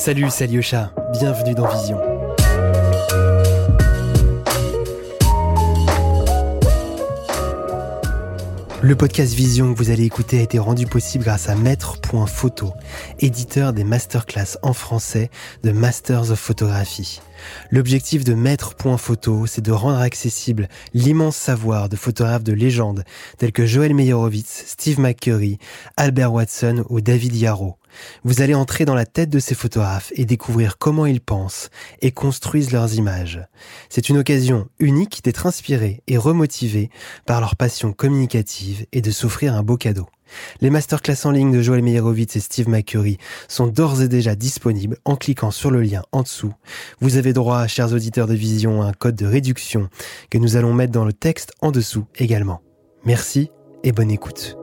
Salut, c'est Alyosha, bienvenue dans Vision. Le podcast Vision que vous allez écouter a été rendu possible grâce à Maître.photo, éditeur des masterclass en français de Masters of Photography. L'objectif de Maître.photo, c'est de rendre accessible l'immense savoir de photographes de légende tels que Joel Meyerowitz, Steve McCurry, Albert Watson ou David Yarrow. Vous allez entrer dans la tête de ces photographes et découvrir comment ils pensent et construisent leurs images. C'est une occasion unique d'être inspiré et remotivé par leur passion communicative et de s'offrir un beau cadeau. Les masterclass en ligne de Joel Meyerowitz et Steve McCurry sont d'ores et déjà disponibles en cliquant sur le lien en dessous. Vous avez droit, chers auditeurs de Vision, à un code de réduction que nous allons mettre dans le texte en dessous également. Merci et bonne écoute.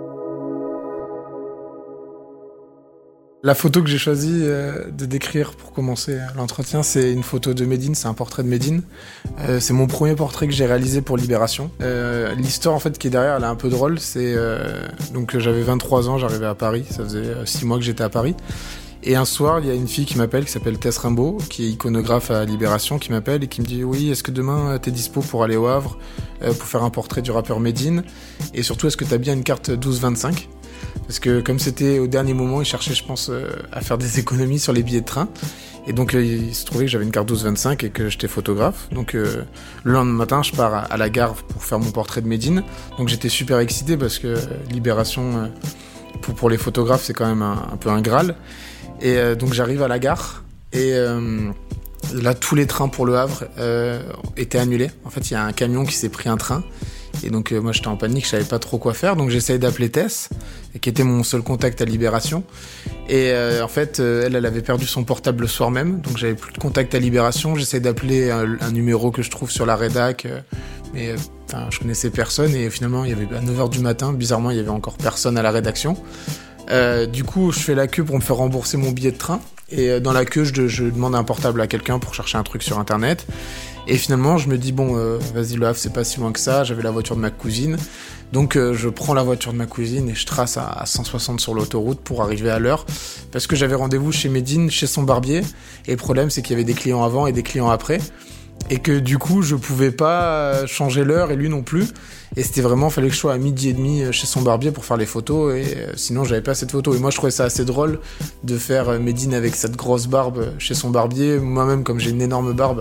La photo que j'ai choisi de décrire pour commencer l'entretien, c'est une photo de Médine, c'est un portrait de Médine. C'est mon premier portrait que j'ai réalisé pour Libération. L'histoire en fait qui est derrière, elle est un peu drôle. Donc j'avais 23 ans, j'arrivais à Paris, ça faisait 6 mois que j'étais à Paris. Et un soir, il y a une fille qui m'appelle, qui s'appelle Tess Rimbaud, qui est iconographe à Libération, qui m'appelle et qui me dit « Oui, est-ce que demain t'es dispo pour aller au Havre pour faire un portrait du rappeur Médine ? Et surtout, est-ce que t'as bien une carte 12-25 ?» Parce que comme c'était au dernier moment, ils cherchaient, je pense, à faire des économies sur les billets de train. Et donc il se trouvait que j'avais une carte 12-25 et que j'étais photographe. Donc le lendemain matin, je pars à la gare pour faire mon portrait de Médine. Donc j'étais super excité parce que Libération, pour les photographes, c'est quand même un peu un Graal. Et donc j'arrive à la gare et là, tous les trains pour le Havre étaient annulés. En fait, il y a un camion qui s'est pris un train. Et donc moi j'étais en panique, je savais pas trop quoi faire, donc j'essayais d'appeler Tess, qui était mon seul contact à Libération. Et en fait, elle avait perdu son portable le soir même, donc j'avais plus de contact à Libération. J'essayais d'appeler un numéro que je trouve sur la rédac, mais je connaissais personne. Et finalement, il y avait à 9h du matin, bizarrement, il y avait encore personne à la rédaction. Du coup, je fais la queue pour me faire rembourser mon billet de train. Et dans la queue, je demande un portable à quelqu'un pour chercher un truc sur Internet. Et finalement, je me dis, vas-y, le Havre, c'est pas si loin que ça. J'avais la voiture de ma cousine. Donc, je prends la voiture de ma cousine et je trace à 160 sur l'autoroute pour arriver à l'heure. Parce que j'avais rendez-vous chez Médine, chez son barbier. Et le problème, c'est qu'il y avait des clients avant et des clients après. Et que du coup, je pouvais pas changer l'heure et lui non plus. Et c'était vraiment, fallait que je sois à 12h30 chez son barbier pour faire les photos. Et sinon, j'avais pas cette photo. Et moi, je trouvais ça assez drôle de faire Médine avec cette grosse barbe chez son barbier. Moi-même, comme j'ai une énorme barbe,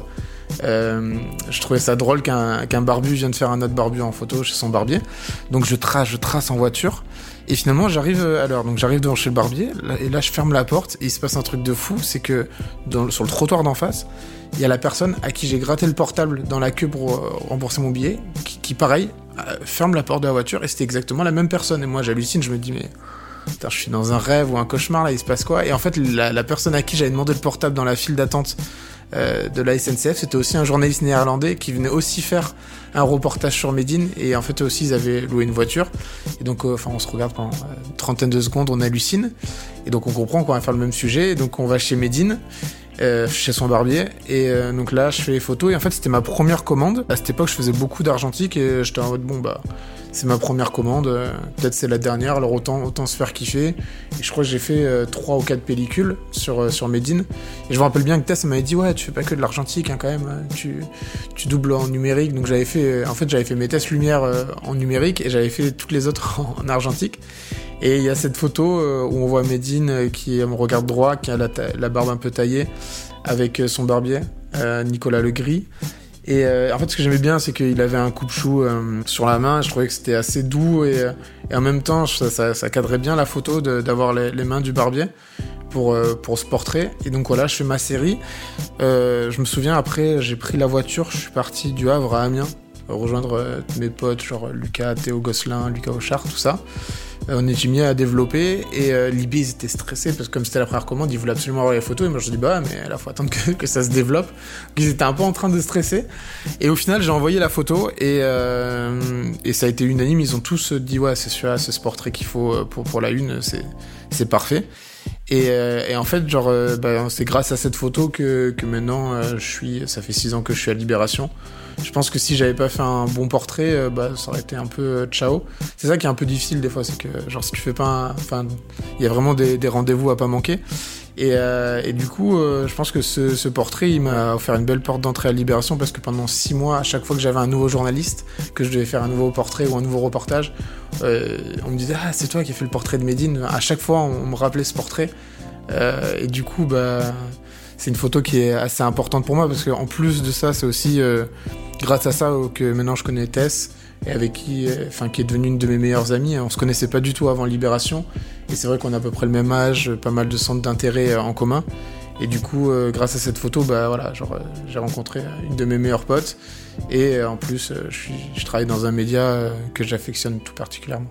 je trouvais ça drôle qu'un barbu vienne faire un autre barbu en photo chez son barbier. Donc je trace en voiture. Et finalement, j'arrive à l'heure. Donc j'arrive devant chez le barbier. Et là, je ferme la porte. Et il se passe un truc de fou. C'est que sur le trottoir d'en face, il y a la personne à qui j'ai gratté le portable dans la queue pour rembourser mon billet, qui pareil, ferme la porte de la voiture. Et c'était exactement la même personne. Et moi, j'hallucine. Je me dis, mais putain, je suis dans un rêve ou un cauchemar, là, il se passe quoi ? Et en fait, la personne à qui j'avais demandé le portable dans la file d'attente de la SNCF, c'était aussi un journaliste néerlandais qui venait aussi faire un reportage sur Médine. Et en fait, eux aussi, ils avaient loué une voiture. Et donc, on se regarde pendant une trentaine de secondes, on hallucine. Et donc, on comprend qu'on va faire le même sujet. Et donc, on va chez Médine, chez son barbier. Et donc là, je fais les photos. Et en fait, c'était ma première commande. À cette époque, je faisais beaucoup d'argentique et j'étais en mode, c'est ma première commande, peut-être c'est la dernière, alors autant se faire kiffer. Et je crois que j'ai fait 3 ou 4 pellicules sur Médine. Et je me rappelle bien que Tess m'avait dit, ouais, tu fais pas que de l'argentique, hein, quand même, tu doubles en numérique. Donc j'avais fait mes tests lumière en numérique et j'avais fait toutes les autres en argentique. Et il y a cette photo où on voit Médine qui me regarde droit, qui a la barbe un peu taillée, avec son barbier, Nicolas Legris. Et en fait, ce que j'aimais bien, c'est qu'il avait un coupe-chou sur la main. Je trouvais que c'était assez doux et en même temps, ça cadrait bien la photo d'avoir les mains du barbier pour ce portrait. Et donc voilà, je fais ma série. Je me souviens, après, j'ai pris la voiture, je suis parti du Havre à Amiens, rejoindre mes potes, genre Lucas, Théo Gosselin, Lucas Auchard, tout ça. On était mis à développer et Libé, ils étaient stressés parce que comme c'était la première commande, ils voulaient absolument avoir les photos. Et moi, je dis, mais là, faut attendre que ça se développe. Donc, ils étaient un peu en train de stresser. Et au final, j'ai envoyé la photo et ça a été unanime. Ils ont tous dit, ouais, c'est celui-là, c'est ce portrait qu'il faut pour la une, c'est parfait. Et en fait, c'est grâce à cette photo que maintenant, ça fait 6 ans que je suis à Libération. Je pense que si j'avais pas fait un bon portrait, ça aurait été un peu ciao. C'est ça qui est un peu difficile des fois, c'est que si tu fais pas il y a vraiment des rendez-vous à pas manquer. Et du coup, je pense que ce portrait, il m'a offert une belle porte d'entrée à Libération, parce que pendant 6 mois, à chaque fois que j'avais un nouveau journaliste, que je devais faire un nouveau portrait ou un nouveau reportage, on me disait « Ah, c'est toi qui as fait le portrait de Médine ». À chaque fois, on me rappelait ce portrait. Et du coup, c'est une photo qui est assez importante pour moi, parce qu'en plus de ça, c'est aussi grâce à ça que maintenant je connais Tess, et avec qui est devenue une de mes meilleures amies. On se connaissait pas du tout avant Libération, et c'est vrai qu'on a à peu près le même âge, pas mal de centres d'intérêt en commun, et du coup grâce à cette photo j'ai rencontré une de mes meilleures potes, et en plus je travaille dans un média que j'affectionne tout particulièrement.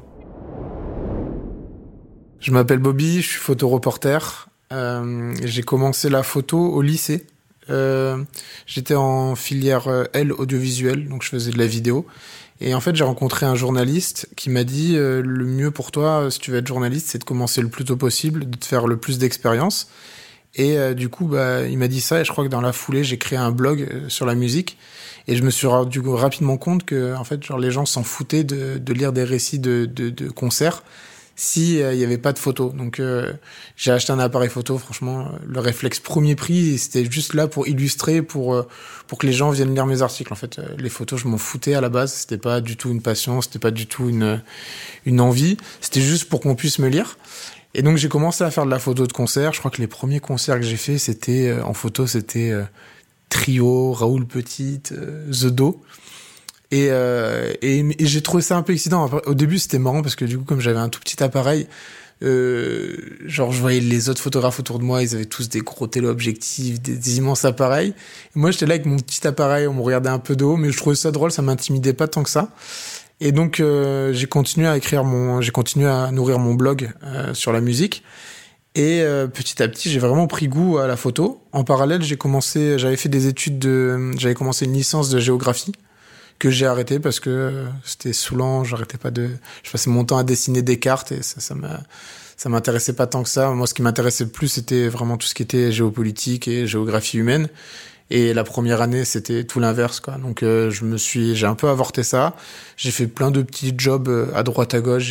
Je m'appelle Bobby, je suis photoreporter. J'ai commencé la photo au lycée. J'étais en filière L audiovisuel, donc je faisais de la vidéo. Et en fait, j'ai rencontré un journaliste qui m'a dit le mieux pour toi, si tu veux être journaliste, c'est de commencer le plus tôt possible, de te faire le plus d'expérience. Et du coup, il m'a dit ça, et je crois que dans la foulée, j'ai créé un blog sur la musique. Et je me suis rendu rapidement compte que, en fait, les gens s'en foutaient de lire des récits de concerts si il y avait pas de photos. Donc j'ai acheté un appareil photo, franchement, le réflexe premier prix, c'était juste là pour illustrer, pour que les gens viennent lire mes articles. En fait, les photos, je m'en foutais à la base, c'était pas du tout une passion, c'était pas du tout une envie, c'était juste pour qu'on puisse me lire. Et donc j'ai commencé à faire de la photo de concert. Je crois que les premiers concerts que j'ai fait, c'était en photo, c'était Trio, Raoul Petite, The Do. Et j'ai trouvé ça un peu excitant. Après, au début, c'était marrant parce que du coup, comme j'avais un tout petit appareil, je voyais les autres photographes autour de moi, ils avaient tous des gros téléobjectifs, des immenses appareils. Et moi, j'étais là avec mon petit appareil, on me regardait un peu de haut, mais je trouvais ça drôle, ça m'intimidait pas tant que ça. Et donc, j'ai continué à nourrir mon blog sur la musique. Et petit à petit, j'ai vraiment pris goût à la photo. En parallèle, j'avais commencé une licence de géographie, que j'ai arrêté parce que c'était saoulant, je passais mon temps à dessiner des cartes, et ça m'intéressait pas tant que ça. Moi, ce qui m'intéressait le plus, c'était vraiment tout ce qui était géopolitique et géographie humaine. Et la première année, c'était tout l'inverse, quoi. Donc, j'ai un peu avorté ça. J'ai fait plein de petits jobs à droite à gauche.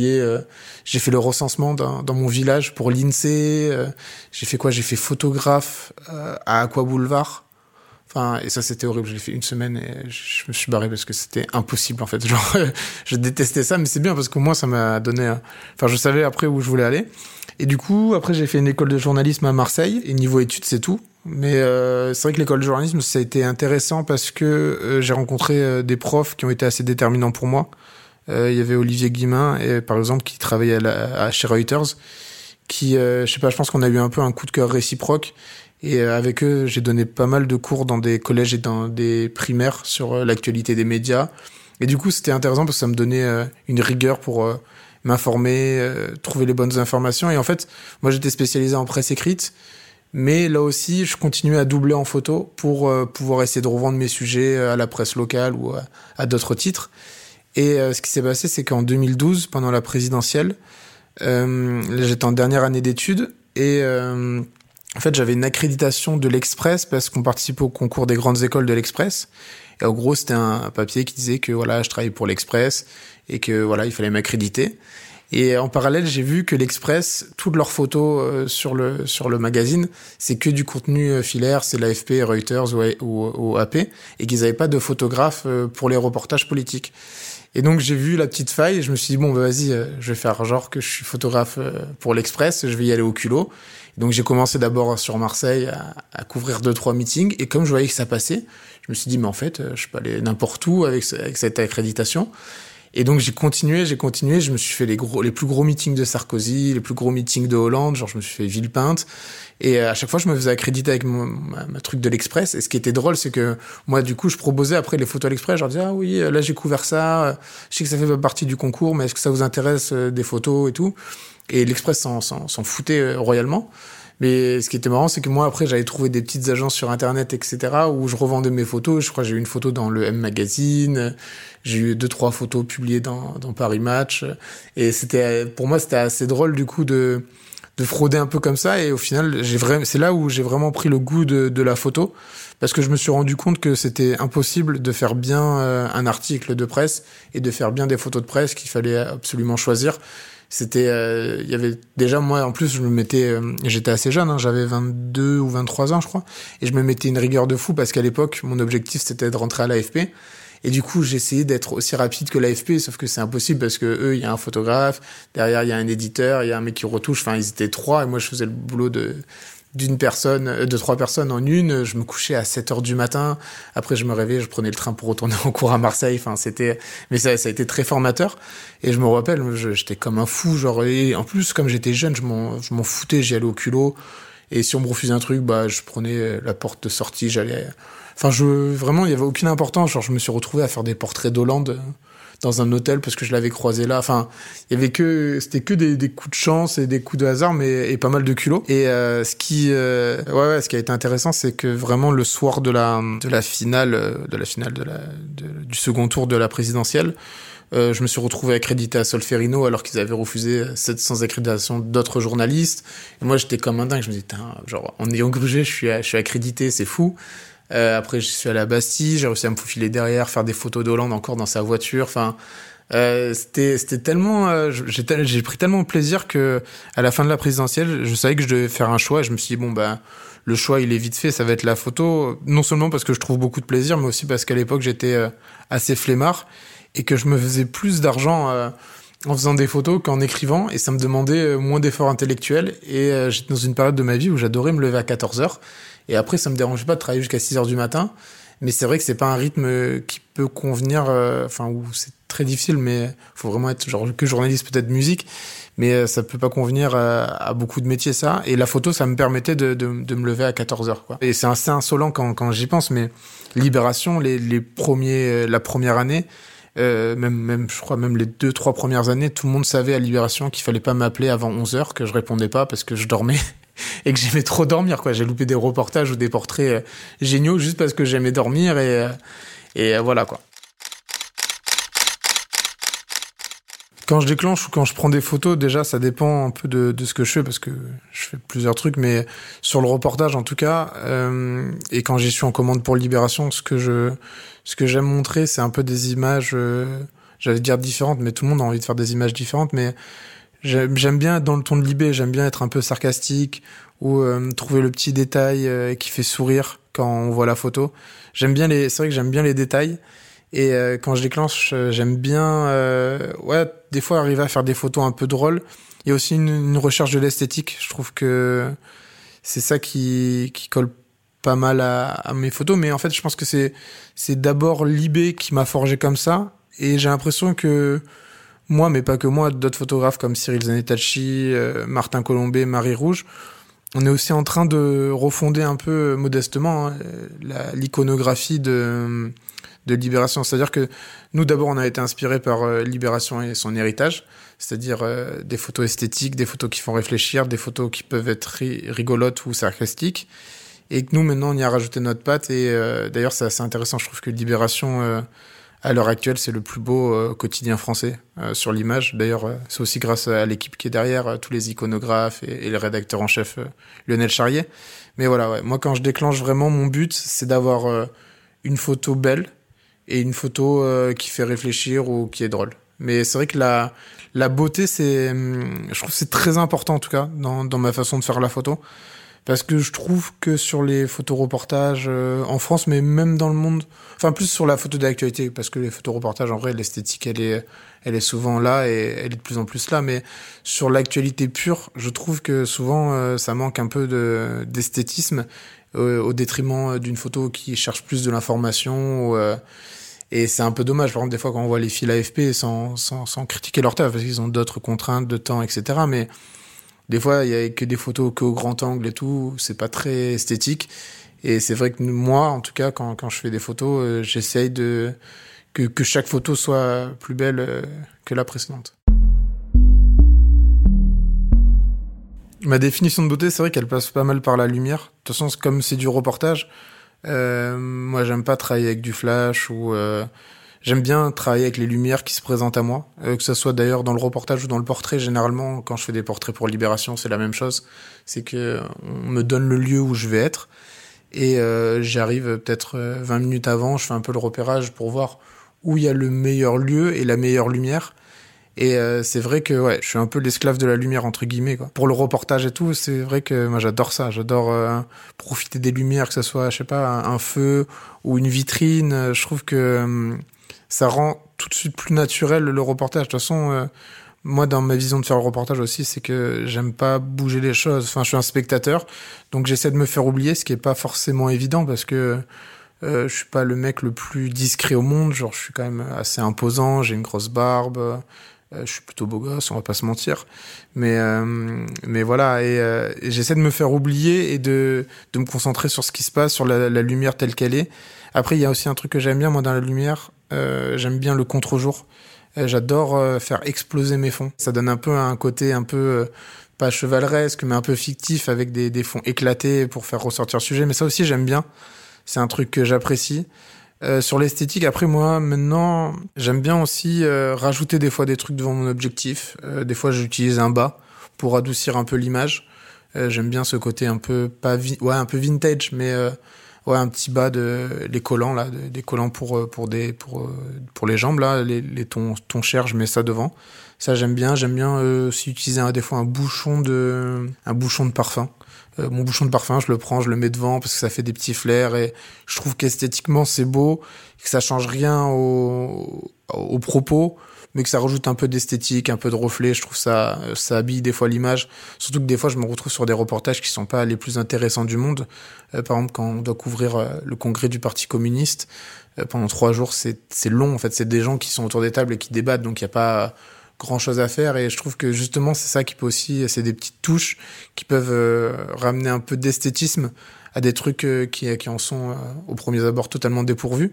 J'ai fait le recensement dans mon village pour l'INSEE. J'ai fait photographe à Aqua Boulevard. Et ça, c'était horrible. Je l'ai fait une semaine et je me suis barré parce que c'était impossible, en fait. Je détestais ça, mais c'est bien parce qu'au moins, ça m'a donné... je savais après où je voulais aller. Et du coup, après, j'ai fait une école de journalisme à Marseille. Et niveau études, c'est tout. Mais c'est vrai que l'école de journalisme, ça a été intéressant parce que j'ai rencontré des profs qui ont été assez déterminants pour moi. Il y avait Olivier Guillemin, par exemple, qui travaillait chez Reuters, qui, je pense qu'on a eu un peu un coup de cœur réciproque. Et avec eux, j'ai donné pas mal de cours dans des collèges et dans des primaires sur l'actualité des médias. Et du coup, c'était intéressant parce que ça me donnait une rigueur pour m'informer, trouver les bonnes informations. Et en fait, moi, j'étais spécialisé en presse écrite. Mais là aussi, je continuais à doubler en photo pour pouvoir essayer de revendre mes sujets à la presse locale ou à d'autres titres. Et ce qui s'est passé, c'est qu'en 2012, pendant la présidentielle, j'étais en dernière année d'études et... En fait, j'avais une accréditation de l'Express parce qu'on participait au concours des grandes écoles de l'Express. Et en gros, c'était un papier qui disait que je travaillais pour l'Express et que il fallait m'accréditer. Et en parallèle, j'ai vu que l'Express, toutes leurs photos sur le magazine, c'est que du contenu filaire, c'est l'AFP, Reuters ou AP, et qu'ils n'avaient pas de photographe pour les reportages politiques. Et donc j'ai vu la petite faille et je me suis dit vas-y, je vais faire genre que je suis photographe pour l'Express, je vais y aller au culot. Donc j'ai commencé d'abord sur Marseille à couvrir 2-3 meetings, et comme je voyais que ça passait, je me suis dit mais en fait je peux aller n'importe où avec cette accréditation. Et donc j'ai continué, je me suis fait les plus gros meetings de Sarkozy, les plus gros meetings de Hollande, je me suis fait Villepinte, et à chaque fois je me faisais accréditer avec ma truc de l'Express. Et ce qui était drôle, c'est que moi du coup je proposais après les photos à l'Express, je leur disais oui, là j'ai couvert ça, je sais que ça fait pas partie du concours, mais est-ce que ça vous intéresse des photos et tout. Et l'Express s'en foutait royalement. Mais ce qui était marrant, c'est que moi, après, j'avais trouvé des petites agences sur Internet, etc., où je revendais mes photos. Je crois que j'ai eu une photo dans le M Magazine. J'ai eu 2-3 photos publiées dans Paris Match. Et pour moi, c'était assez drôle, du coup, de frauder un peu comme ça. Et au final, c'est là où j'ai vraiment pris le goût de la photo, parce que je me suis rendu compte que c'était impossible de faire bien un article de presse et de faire bien des photos de presse, qu'il fallait absolument choisir. Il y avait déjà, moi en plus j'étais assez jeune, hein, j'avais 22 ou 23 ans je crois, et je me mettais une rigueur de fou, parce qu'à l'époque mon objectif c'était de rentrer à l'AFP, et du coup j'essayais d'être aussi rapide que l'AFP, sauf que c'est impossible, parce que eux, il y a un photographe, derrière il y a un éditeur, il y a un mec qui retouche, enfin ils étaient 3, et moi je faisais le boulot de 3 personnes en une. Je me couchais à 7h du matin. Après, je me réveillais, je prenais le train pour retourner en cours à Marseille. Enfin, mais ça a été très formateur. Et je me rappelle, j'étais comme un fou, genre, et en plus, comme j'étais jeune, je m'en foutais, j'y allais au culot. Et si on me refusait un truc, je prenais la porte de sortie, vraiment, il y avait aucune importance. Genre, je me suis retrouvé à faire des portraits d'Hollande dans un hôtel parce que je l'avais croisé là. Enfin, c'était que des coups de chance et des coups de hasard, et pas mal de culot. Et ce qui a été intéressant, c'est que vraiment le soir de la finale, du second tour de la présidentielle, je me suis retrouvé accrédité à Solferino alors qu'ils avaient refusé sans accréditation d'autres journalistes. Et moi, j'étais comme un dingue. Je me disais, genre, en ayant grugé, je suis accrédité, c'est fou. Après, je suis allé à Bastille, j'ai réussi à me faufiler derrière, faire des photos d'Hollande encore dans sa voiture. Enfin, c'était tellement, j'ai pris tellement de plaisir que à la fin de la présidentielle, je savais que je devais faire un choix. Et je me suis dit le choix il est vite fait, ça va être la photo. Non seulement parce que je trouve beaucoup de plaisir, mais aussi parce qu'à l'époque j'étais assez flemmard et que je me faisais plus d'argent en faisant des photos qu'en écrivant, et ça me demandait moins d'efforts intellectuels. Et j'étais dans une période de ma vie où j'adorais me lever à 14h. Et après, ça me dérangeait pas de travailler jusqu'à 6h du matin. Mais c'est vrai que c'est pas un rythme qui peut convenir, où c'est très difficile, mais faut vraiment être que journaliste, peut-être musique. Mais ça peut pas convenir à beaucoup de métiers, ça. Et la photo, ça me permettait de me lever à 14h, quoi. Et c'est assez insolent quand j'y pense, mais Libération, la première année, je crois même les 2-3 premières années, tout le monde savait à Libération qu'il fallait pas m'appeler avant 11h, que je répondais pas parce que je dormais. Et que j'aimais trop dormir, quoi. J'ai loupé des reportages ou des portraits géniaux juste parce que j'aimais dormir, et voilà, quoi. Quand je déclenche ou quand je prends des photos, déjà, ça dépend un peu de ce que je fais, parce que je fais plusieurs trucs, mais sur le reportage, en tout cas, et quand j'y suis en commande pour Libération, ce que j'aime montrer, c'est un peu des images, j'allais dire différentes, mais tout le monde a envie de faire des images différentes, mais j'aime bien être dans le ton de Libé, j'aime bien être un peu sarcastique, ou trouver le petit détail qui fait sourire quand on voit la photo. C'est vrai que j'aime bien les détails, et quand je déclenche, j'aime bien des fois arriver à faire des photos un peu drôles. Il y a aussi une recherche de l'esthétique, je trouve que c'est ça qui colle pas mal à mes photos, mais en fait je pense que c'est d'abord Libé qui m'a forgé comme ça, et j'ai l'impression que moi, mais pas que moi, d'autres photographes comme Cyril Zanetacci, Martin Colombet, Marie Rouge, on est aussi en train de refonder un peu modestement l'iconographie de Libération. C'est-à-dire que nous, d'abord, on a été inspirés par Libération et son héritage, c'est-à-dire des photos esthétiques, des photos qui font réfléchir, des photos qui peuvent être rigolotes ou sarcastiques, et que nous, maintenant, on y a rajouté notre patte. Et d'ailleurs, c'est assez intéressant. Je trouve que Libération, à l'heure actuelle, c'est le plus beau quotidien français sur l'image. D'ailleurs, c'est aussi grâce à l'équipe qui est derrière, tous les iconographes et le rédacteur en chef Lionel Charrier. Mais voilà, ouais. Moi, quand je déclenche vraiment, mon but, c'est d'avoir une photo belle et une photo qui fait réfléchir ou qui est drôle. Mais c'est vrai que la beauté, je trouve que c'est très important, en tout cas, dans ma façon de faire la photo. Parce que je trouve que sur les photoreportages en France, mais même dans le monde, enfin plus sur la photo d'actualité, parce que les photoreportages, en vrai, l'esthétique, elle est souvent là, et elle est de plus en plus là, mais sur l'actualité pure, je trouve que souvent ça manque un peu d'esthétisme au détriment d'une photo qui cherche plus de l'information, et c'est un peu dommage. Par exemple, des fois quand on voit les filles AFP, sans critiquer leur taf, parce qu'ils ont d'autres contraintes de temps, etc., mais des fois, il y a que des photos qu'au grand angle et tout, c'est pas très esthétique. Et c'est vrai que moi, en tout cas, quand je fais des photos, j'essaye que chaque photo soit plus belle que la précédente. Ma définition de beauté, c'est vrai qu'elle passe pas mal par la lumière. De toute façon, comme c'est du reportage, moi, j'aime pas travailler avec du flash, ou J'aime bien travailler avec les lumières qui se présentent à moi, que ce soit d'ailleurs dans le reportage ou dans le portrait. Généralement, quand je fais des portraits pour Libération, c'est la même chose. C'est que on me donne le lieu où je vais être et j'arrive peut-être 20 minutes avant, je fais un peu le repérage pour voir où il y a le meilleur lieu et la meilleure lumière. Et c'est vrai que ouais, je suis un peu l'esclave de la lumière entre guillemets quoi. Pour le reportage et tout, c'est vrai que moi j'adore ça, j'adore profiter des lumières, que ce soit je sais pas un feu ou une vitrine. Je trouve que ça rend tout de suite plus naturel le reportage. De toute façon, moi dans ma vision de faire le reportage aussi, c'est que j'aime pas bouger les choses. Enfin, je suis un spectateur, donc j'essaie de me faire oublier, ce qui est pas forcément évident parce que je suis pas le mec le plus discret au monde. Genre, je suis quand même assez imposant, j'ai une grosse barbe. Je suis plutôt beau gosse, on va pas se mentir. Mais voilà, et j'essaie de me faire oublier et de me concentrer sur ce qui se passe, sur la lumière telle qu'elle est. Après, il y a aussi un truc que j'aime bien, moi, dans la lumière. J'aime bien le contre-jour. J'adore faire exploser mes fonds. Ça donne un peu un côté un peu, pas chevaleresque, mais un peu fictif, avec des fonds éclatés pour faire ressortir le sujet. Mais ça aussi, j'aime bien. C'est un truc que j'apprécie. Sur l'esthétique, après moi, maintenant, j'aime bien aussi rajouter des fois des trucs devant mon objectif. Des fois, j'utilise un bas pour adoucir un peu l'image. J'aime bien ce côté un peu un peu vintage, mais un petit bas les collants là, des collants pour les jambes là, les tons chers, je mets ça devant. Ça j'aime bien. J'aime bien aussi utiliser des fois un bouchon de parfum. Mon bouchon de parfum, je le prends, je le mets devant parce que ça fait des petits flares et je trouve qu'esthétiquement c'est beau, que ça change rien au propos, mais que ça rajoute un peu d'esthétique, un peu de reflet. Je trouve ça habille des fois l'image. Surtout que des fois je me retrouve sur des reportages qui sont pas les plus intéressants du monde. Par exemple, quand on doit couvrir le congrès du Parti communiste, pendant 3 jours, c'est long en fait. C'est des gens qui sont autour des tables et qui débattent, donc il y a pas grand chose à faire et je trouve que justement c'est ça qui peut aussi, c'est des petites touches qui peuvent ramener un peu d'esthétisme à des trucs qui en sont au premier abord totalement dépourvus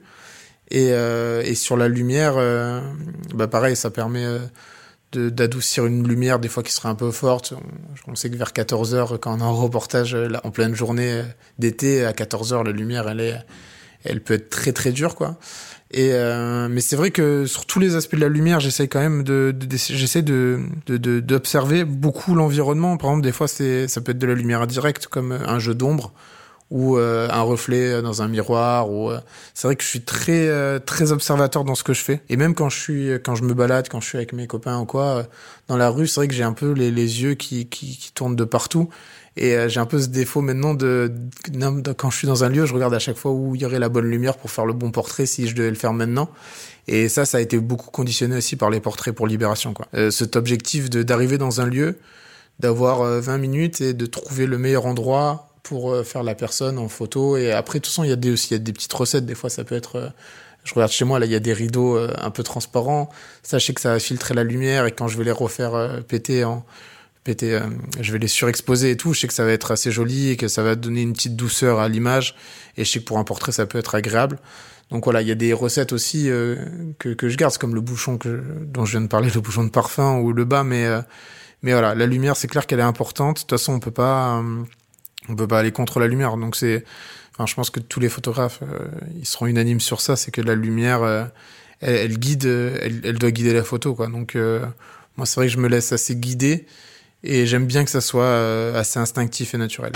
et sur la lumière pareil, ça permet d'adoucir une lumière des fois qui serait un peu forte. On sait que vers 14h quand on est en reportage là, en pleine journée d'été à 14h la lumière elle peut être très très dure quoi. Et mais c'est vrai que sur tous les aspects de la lumière, j'essaie quand même j'essaie d'observer beaucoup l'environnement. Par exemple, des fois ça peut être de la lumière indirecte comme un jeu d'ombre ou un reflet dans un miroir ou c'est vrai que je suis très très observateur dans ce que je fais. Et même quand je me balade, quand je suis avec mes copains ou quoi dans la rue, c'est vrai que j'ai un peu les yeux qui tournent de partout. Et j'ai un peu ce défaut maintenant quand je suis dans un lieu, je regarde à chaque fois où il y aurait la bonne lumière pour faire le bon portrait si je devais le faire maintenant. Et ça a été beaucoup conditionné aussi par les portraits pour Libération, quoi. Cet objectif d'arriver dans un lieu, d'avoir 20 minutes et de trouver le meilleur endroit pour faire la personne en photo. Et après, de toute façon, il y a des petites recettes. Des fois, ça peut être... je regarde chez moi, là, il y a des rideaux un peu transparents. Sachez que ça va filtrer la lumière et quand je vais les refaire péter, je vais les surexposer et tout. Je sais que ça va être assez joli et que ça va donner une petite douceur à l'image. Et je sais que pour un portrait, ça peut être agréable. Donc voilà, il y a des recettes aussi que je garde, c'est comme le bouchon dont je viens de parler, le bouchon de parfum ou le bas. Mais voilà, la lumière, c'est clair qu'elle est importante. De toute façon, on peut pas aller contre la lumière. Donc je pense que tous les photographes, ils seront unanimes sur ça. C'est que la lumière, elle guide, elle doit guider la photo, quoi. Donc moi, c'est vrai que je me laisse assez guider. Et j'aime bien que ça soit assez instinctif et naturel.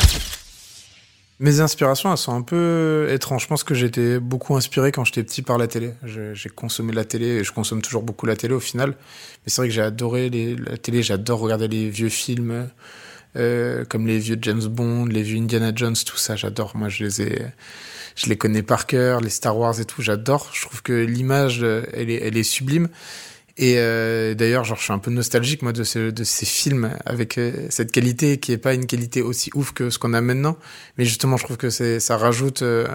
Mes inspirations, elles sont un peu étranges. Je pense que j'étais beaucoup inspiré quand j'étais petit par la télé. J'ai consommé la télé et je consomme toujours beaucoup la télé au final. Mais c'est vrai que j'ai adoré la télé, j'adore regarder les vieux films comme les vieux James Bond, les vieux Indiana Jones, tout ça, j'adore. Moi, je les connais par cœur, les Star Wars et tout, j'adore. Je trouve que l'image, elle est sublime. Et d'ailleurs, je suis un peu nostalgique moi de ces films avec cette qualité qui est pas une qualité aussi ouf que ce qu'on a maintenant, mais justement, je trouve que ça rajoute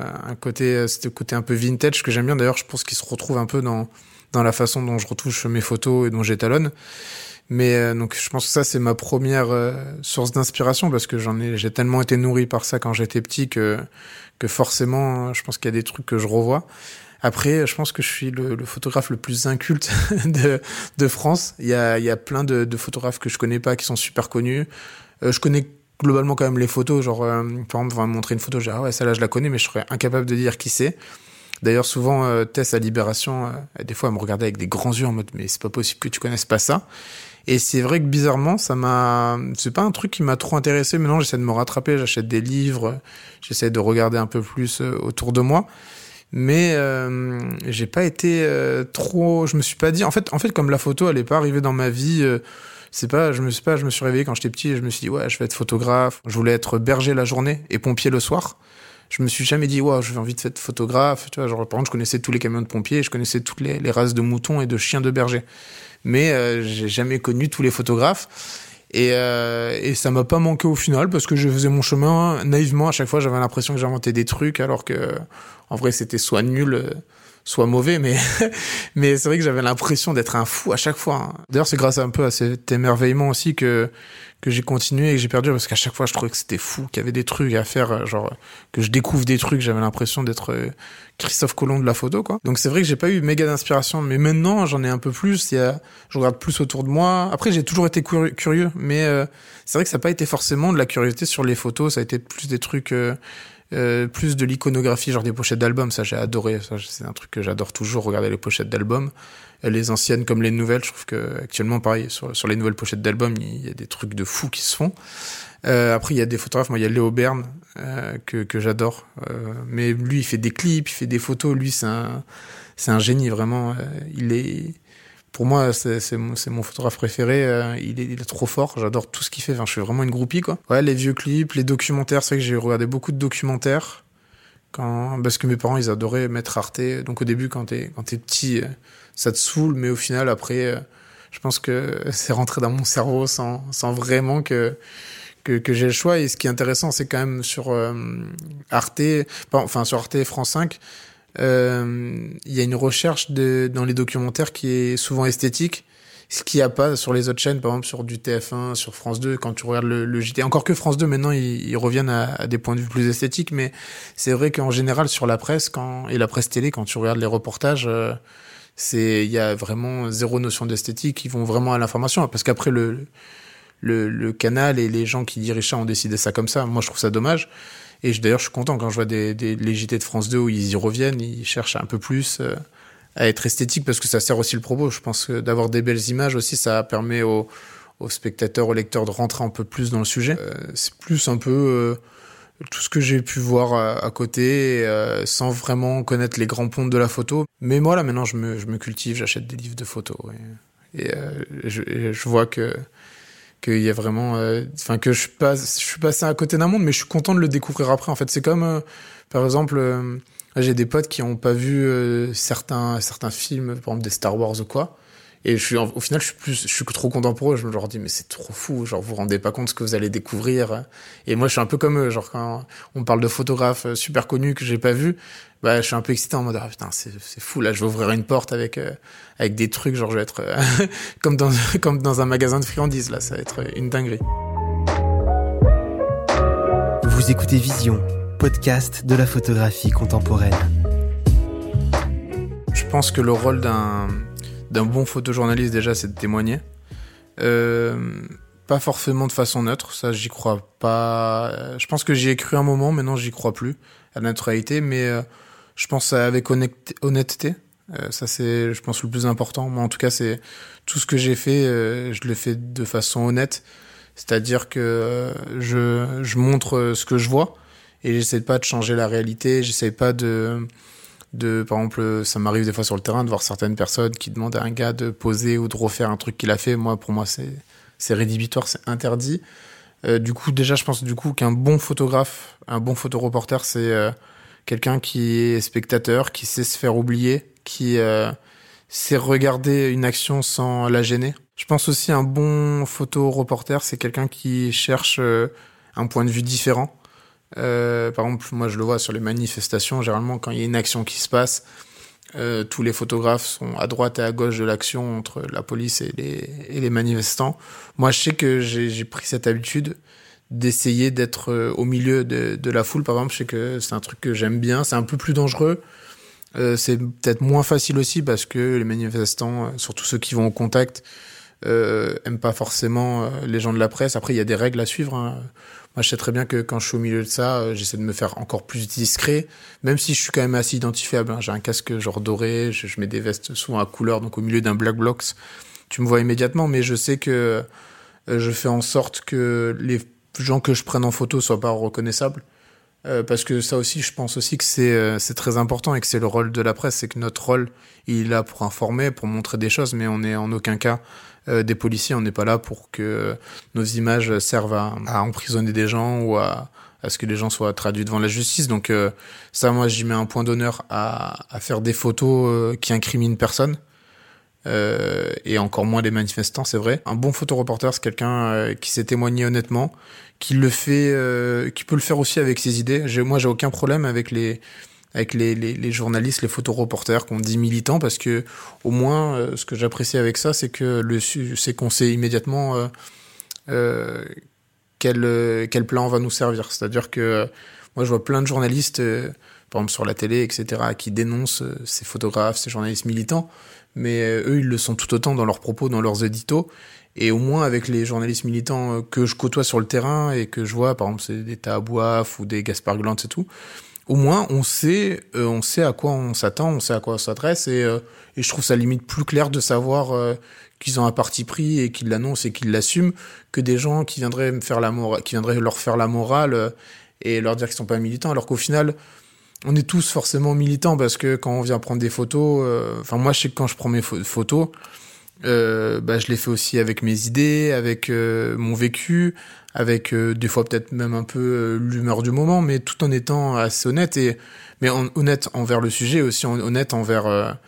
ce côté un peu vintage que j'aime bien. D'ailleurs, je pense qu'il se retrouve un peu dans la façon dont je retouche mes photos et dont j'étalonne. Mais donc, je pense que ça c'est ma première source d'inspiration parce que j'ai tellement été nourri par ça quand j'étais petit que forcément, je pense qu'il y a des trucs que je revois. Après, je pense que je suis le photographe le plus inculte de France. Il y a plein de photographes que je connais pas, qui sont super connus. Je connais globalement quand même les photos. Genre, par exemple, on va me montrer une photo, je dis, ah ouais, celle-là, je la connais, mais je serais incapable de dire qui c'est. D'ailleurs, souvent, Tess à Libération, des fois, elle me regardait avec des grands yeux en mode, mais c'est pas possible que tu connaisses pas ça. Et c'est vrai que bizarrement, c'est pas un truc qui m'a trop intéressé. Maintenant, j'essaie de me rattraper, j'achète des livres, j'essaie de regarder un peu plus autour de moi. Mais j'ai pas été trop, je me suis pas dit, en fait, comme la photo, elle est pas arrivée dans ma vie. Je me suis réveillé quand j'étais petit et je me suis dit, ouais, je vais être photographe. Je voulais être berger la journée et pompier le soir. Je me suis jamais dit, ouais, j'ai envie de être photographe. Tu vois, genre, par exemple, je connaissais tous les camions de pompiers, je connaissais toutes les races de moutons et de chiens de berger. Mais j'ai jamais connu tous les photographes. Et ça m'a pas manqué au final parce que je faisais mon chemin naïvement. À chaque fois, j'avais l'impression que j'inventais des trucs alors que, en vrai, c'était soit nul, soit mauvais, mais c'est vrai que j'avais l'impression d'être un fou à chaque fois. D'ailleurs, c'est grâce un peu à cet émerveillement aussi que j'ai continué et que j'ai perdu parce qu'à chaque fois, je trouvais que c'était fou, qu'il y avait des trucs à faire, genre, que je découvre des trucs, j'avais l'impression d'être Christophe Colomb de la photo, quoi. Donc c'est vrai que j'ai pas eu méga d'inspiration, mais maintenant, j'en ai un peu plus, je regarde plus autour de moi. Après, j'ai toujours été curieux, mais c'est vrai que ça n'a pas été forcément de la curiosité sur les photos, ça a été plus des trucs... plus de l'iconographie, genre des pochettes d'albums, ça j'ai adoré, ça c'est un truc que j'adore toujours, regarder les pochettes d'albums, les anciennes comme les nouvelles. Je trouve que actuellement pareil, sur les nouvelles pochettes d'albums, il y a des trucs de fous qui se font. Après il y a des photographes, moi il y a Léo Bern que j'adore, mais lui il fait des clips, il fait des photos, lui c'est un génie vraiment, pour moi, c'est mon photographe préféré. Il est trop fort. J'adore tout ce qu'il fait. Enfin, je suis vraiment une groupie, quoi. Ouais, les vieux clips, les documentaires. C'est vrai que j'ai regardé beaucoup de documentaires parce que mes parents, ils adoraient mettre Arte. Donc, au début, quand t'es petit, ça te saoule. Mais au final, après, je pense que c'est rentré dans mon cerveau sans vraiment que j'ai le choix. Et ce qui est intéressant, c'est quand même sur Arte, sur Arte France 5, il y a une recherche dans les documentaires qui est souvent esthétique, ce qu'il n'y a pas sur les autres chaînes, par exemple sur du TF1, sur France 2, quand tu regardes le JT. Encore que France 2, maintenant, ils reviennent à des points de vue plus esthétiques, mais c'est vrai qu'en général, sur la presse, et la presse télé, quand tu regardes les reportages, il y a vraiment zéro notion d'esthétique, ils vont vraiment à l'information, parce qu'après, le canal et les gens qui dirigent ça ont décidé ça comme ça. Moi, je trouve ça dommage. Et d'ailleurs, je suis content quand je vois les JT de France 2 où ils y reviennent, ils cherchent un peu plus à être esthétique parce que ça sert aussi le propos. Je pense que d'avoir des belles images aussi, ça permet aux spectateurs, aux lecteurs de rentrer un peu plus dans le sujet. C'est plus un peu tout ce que j'ai pu voir à côté sans vraiment connaître les grands ponts de la photo. Mais moi, là, maintenant, je me cultive, j'achète des livres de photos. Et je vois qu'il y a vraiment que je suis passé à côté d'un monde, mais je suis content de le découvrir après. En fait, c'est comme par exemple j'ai des potes qui ont pas vu certains films, par exemple des Star Wars ou quoi, et au final je suis trop content pour eux. Je me leur dis mais c'est trop fou, genre vous vous rendez pas compte ce que vous allez découvrir. Et moi je suis un peu comme eux, genre quand on parle de photographes super connus que j'ai pas vu, bah je suis un peu excité en mode ah putain c'est fou, là je vais ouvrir une porte avec des trucs, genre je vais être comme dans un magasin de friandises, là ça va être une dinguerie. Vous écoutez Vision, podcast de la photographie contemporaine. Je pense que le rôle d'un bon photojournaliste déjà c'est de témoigner, pas forcément de façon neutre, ça j'y crois pas. Je pense que j'y ai cru un moment, maintenant j'y crois plus à la neutralité, mais je pense avec honnêteté. Ça c'est, je pense, le plus important. Moi en tout cas c'est tout ce que j'ai fait, je le fais de façon honnête, c'est-à-dire que je montre ce que je vois et j'essaie pas de changer la réalité, j'essaie pas de par exemple, ça m'arrive des fois sur le terrain de voir certaines personnes qui demandent à un gars de poser ou de refaire un truc qu'il a fait. Pour moi c'est rédhibitoire, c'est interdit. Du coup déjà je pense qu'un bon photographe, un bon photoreporter, c'est quelqu'un qui est spectateur, qui sait se faire oublier, qui sait regarder une action sans la gêner. Je pense aussi un bon photoreporter, c'est quelqu'un qui cherche un point de vue différent. Par exemple, moi je le vois sur les manifestations, généralement quand il y a une action qui se passe, tous les photographes sont à droite et à gauche de l'action entre la police et les manifestants. Moi je sais que j'ai pris cette habitude d'essayer d'être au milieu de la foule, par exemple. Je sais que c'est un truc que j'aime bien, c'est un peu plus dangereux, c'est peut-être moins facile aussi parce que les manifestants, surtout ceux qui vont au contact, aiment pas forcément les gens de la presse. Après, il y a des règles à suivre, hein. Moi, je sais très bien que quand je suis au milieu de ça, j'essaie de me faire encore plus discret, même si je suis quand même assez identifiable, hein. J'ai un casque genre doré, je mets des vestes souvent à couleur, donc au milieu d'un black box, tu me vois immédiatement, mais je sais que je fais en sorte que les gens que je prenne en photo soient pas reconnaissables. Parce que ça aussi, je pense aussi que c'est très important et que c'est le rôle de la presse, c'est que notre rôle, il est là pour informer, pour montrer des choses, mais on n'est en aucun cas des policiers, on n'est pas là pour que nos images servent à emprisonner des gens ou à ce que les gens soient traduits devant la justice. Donc ça, moi, j'y mets un point d'honneur à faire des photos qui incriminent personne. Et encore moins les manifestants, c'est vrai. Un bon photoreporter, c'est quelqu'un qui s'est témoigné honnêtement, qui le fait, qui peut le faire aussi avec ses idées. Moi, j'ai aucun problème avec les journalistes, les photoreporters qu'on dit militants, parce que au moins, ce que j'apprécie avec ça, c'est que c'est qu'on sait immédiatement quel plan va nous servir. C'est-à-dire que moi, je vois plein de journalistes, par exemple sur la télé, etc., qui dénoncent ces photographes, ces journalistes militants, mais eux, ils le sont tout autant dans leurs propos, dans leurs éditos. Et au moins, avec les journalistes militants que je côtoie sur le terrain et que je vois, par exemple, c'est des Tahabouaf ou des Gaspard Glantz et tout, au moins, on sait à quoi on s'attend, on sait à quoi on s'adresse, et je trouve ça limite plus clair de savoir qu'ils ont un parti pris et qu'ils l'annoncent et qu'ils l'assument, que des gens qui viendraient qui viendraient leur faire la morale et leur dire qu'ils sont pas militants, alors qu'au final, on est tous forcément militants, parce que quand on vient prendre des photos, moi, je sais que quand je prends mes photos, je les fais aussi avec mes idées, avec mon vécu, avec des fois peut-être même un peu l'humeur du moment, mais tout en étant assez honnête, mais honnête envers le sujet, aussi honnête envers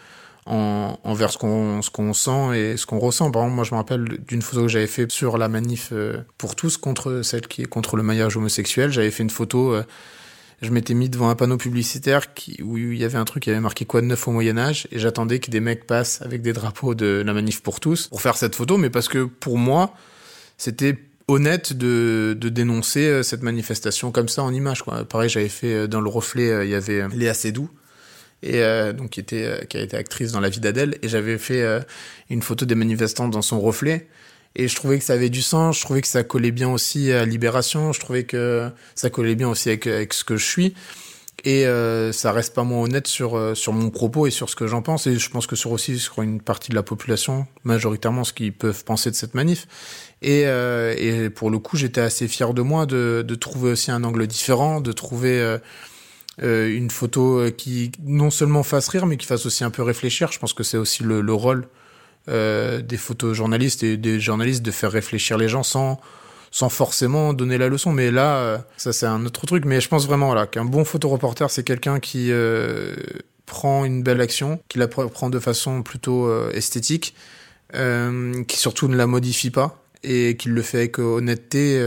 ce qu'on sent et ce qu'on ressent. Par exemple, moi, je me rappelle d'une photo que j'avais fait sur la manif pour tous, contre celle qui est contre le mariage homosexuel. J'avais fait une photo, je m'étais mis devant un panneau publicitaire où il y avait un truc qui avait marqué quoi de neuf au Moyen-Âge, et j'attendais que des mecs passent avec des drapeaux de la manif pour tous pour faire cette photo, mais parce que pour moi, c'était honnête de dénoncer cette manifestation comme ça en image, quoi. Pareil, j'avais fait dans Le Reflet, il y avait Léa Seydoux, et donc qui a été actrice dans La vie d'Adèle, et j'avais fait une photo des manifestants dans son reflet. Et je trouvais que ça avait du sens, je trouvais que ça collait bien aussi à Libération, je trouvais que ça collait bien aussi avec ce que je suis. Et ça reste pas moins honnête sur mon propos et sur ce que j'en pense. Et je pense que sur une partie de la population, majoritairement ce qu'ils peuvent penser de cette manif. Et pour le coup, j'étais assez fier de moi de trouver aussi un angle différent, de trouver une photo qui non seulement fasse rire, mais qui fasse aussi un peu réfléchir. Je pense que c'est aussi le rôle des photojournalistes et des journalistes de faire réfléchir les gens sans forcément donner la leçon. Mais là, ça c'est un autre truc. Mais je pense vraiment qu'un bon photoreporter, c'est quelqu'un qui prend une belle action, qui la prend de façon plutôt esthétique, qui surtout ne la modifie pas et qui le fait avec honnêteté,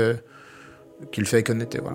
voilà.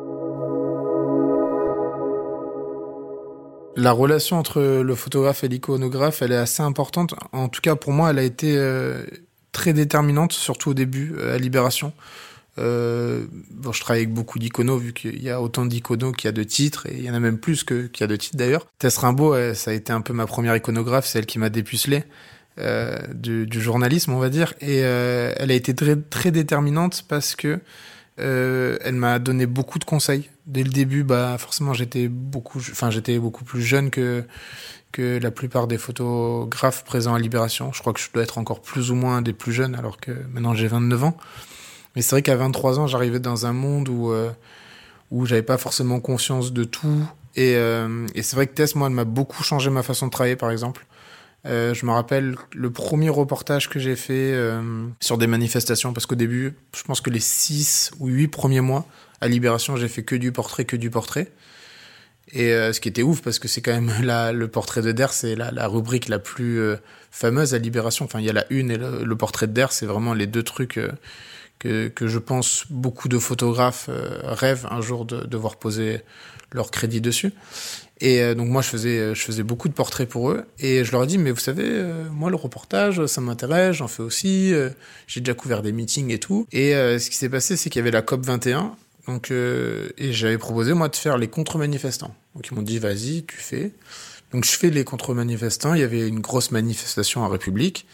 La relation entre le photographe et l'iconographe, elle est assez importante. En tout cas, pour moi, elle a été très déterminante, surtout au début, à Libération. Je travaille avec beaucoup d'iconos, vu qu'il y a autant d'iconos qu'il y a de titres, et il y en a même plus qu'il y a de titres d'ailleurs. Tess Rimbaud, ça a été un peu ma première iconographe, c'est elle qui m'a dépucelé du journalisme, on va dire. Et elle a été très, très déterminante parce que elle m'a donné beaucoup de conseils. Dès le début, forcément, j'étais beaucoup plus jeune que la plupart des photographes présents à Libération. Je crois que je dois être encore plus ou moins des plus jeunes, alors que maintenant j'ai 29 ans. Mais c'est vrai qu'à 23 ans, j'arrivais dans un monde où j'avais pas forcément conscience de tout. Et c'est vrai que Tess, moi, elle m'a beaucoup changé ma façon de travailler, par exemple. Je me rappelle le premier reportage que j'ai fait sur des manifestations, parce qu'au début, je pense que les 6 ou 8 premiers mois à Libération, j'ai fait que du portrait. Et ce qui était ouf, parce que c'est quand même le portrait de Der, c'est la rubrique la plus fameuse à Libération. Enfin, il y a la une et le portrait de Der, c'est vraiment les deux trucs que je pense beaucoup de photographes rêvent un jour de devoir poser leur crédit dessus. Et donc moi, je faisais beaucoup de portraits pour eux. Et je leur ai dit, mais vous savez, moi, le reportage, ça m'intéresse, j'en fais aussi. J'ai déjà couvert des meetings et tout. Et ce qui s'est passé, c'est qu'il y avait la COP 21. Donc, et j'avais proposé, moi, de faire les contre-manifestants. Donc ils m'ont dit, vas-y, tu fais. Donc je fais les contre-manifestants. Il y avait une grosse manifestation à République.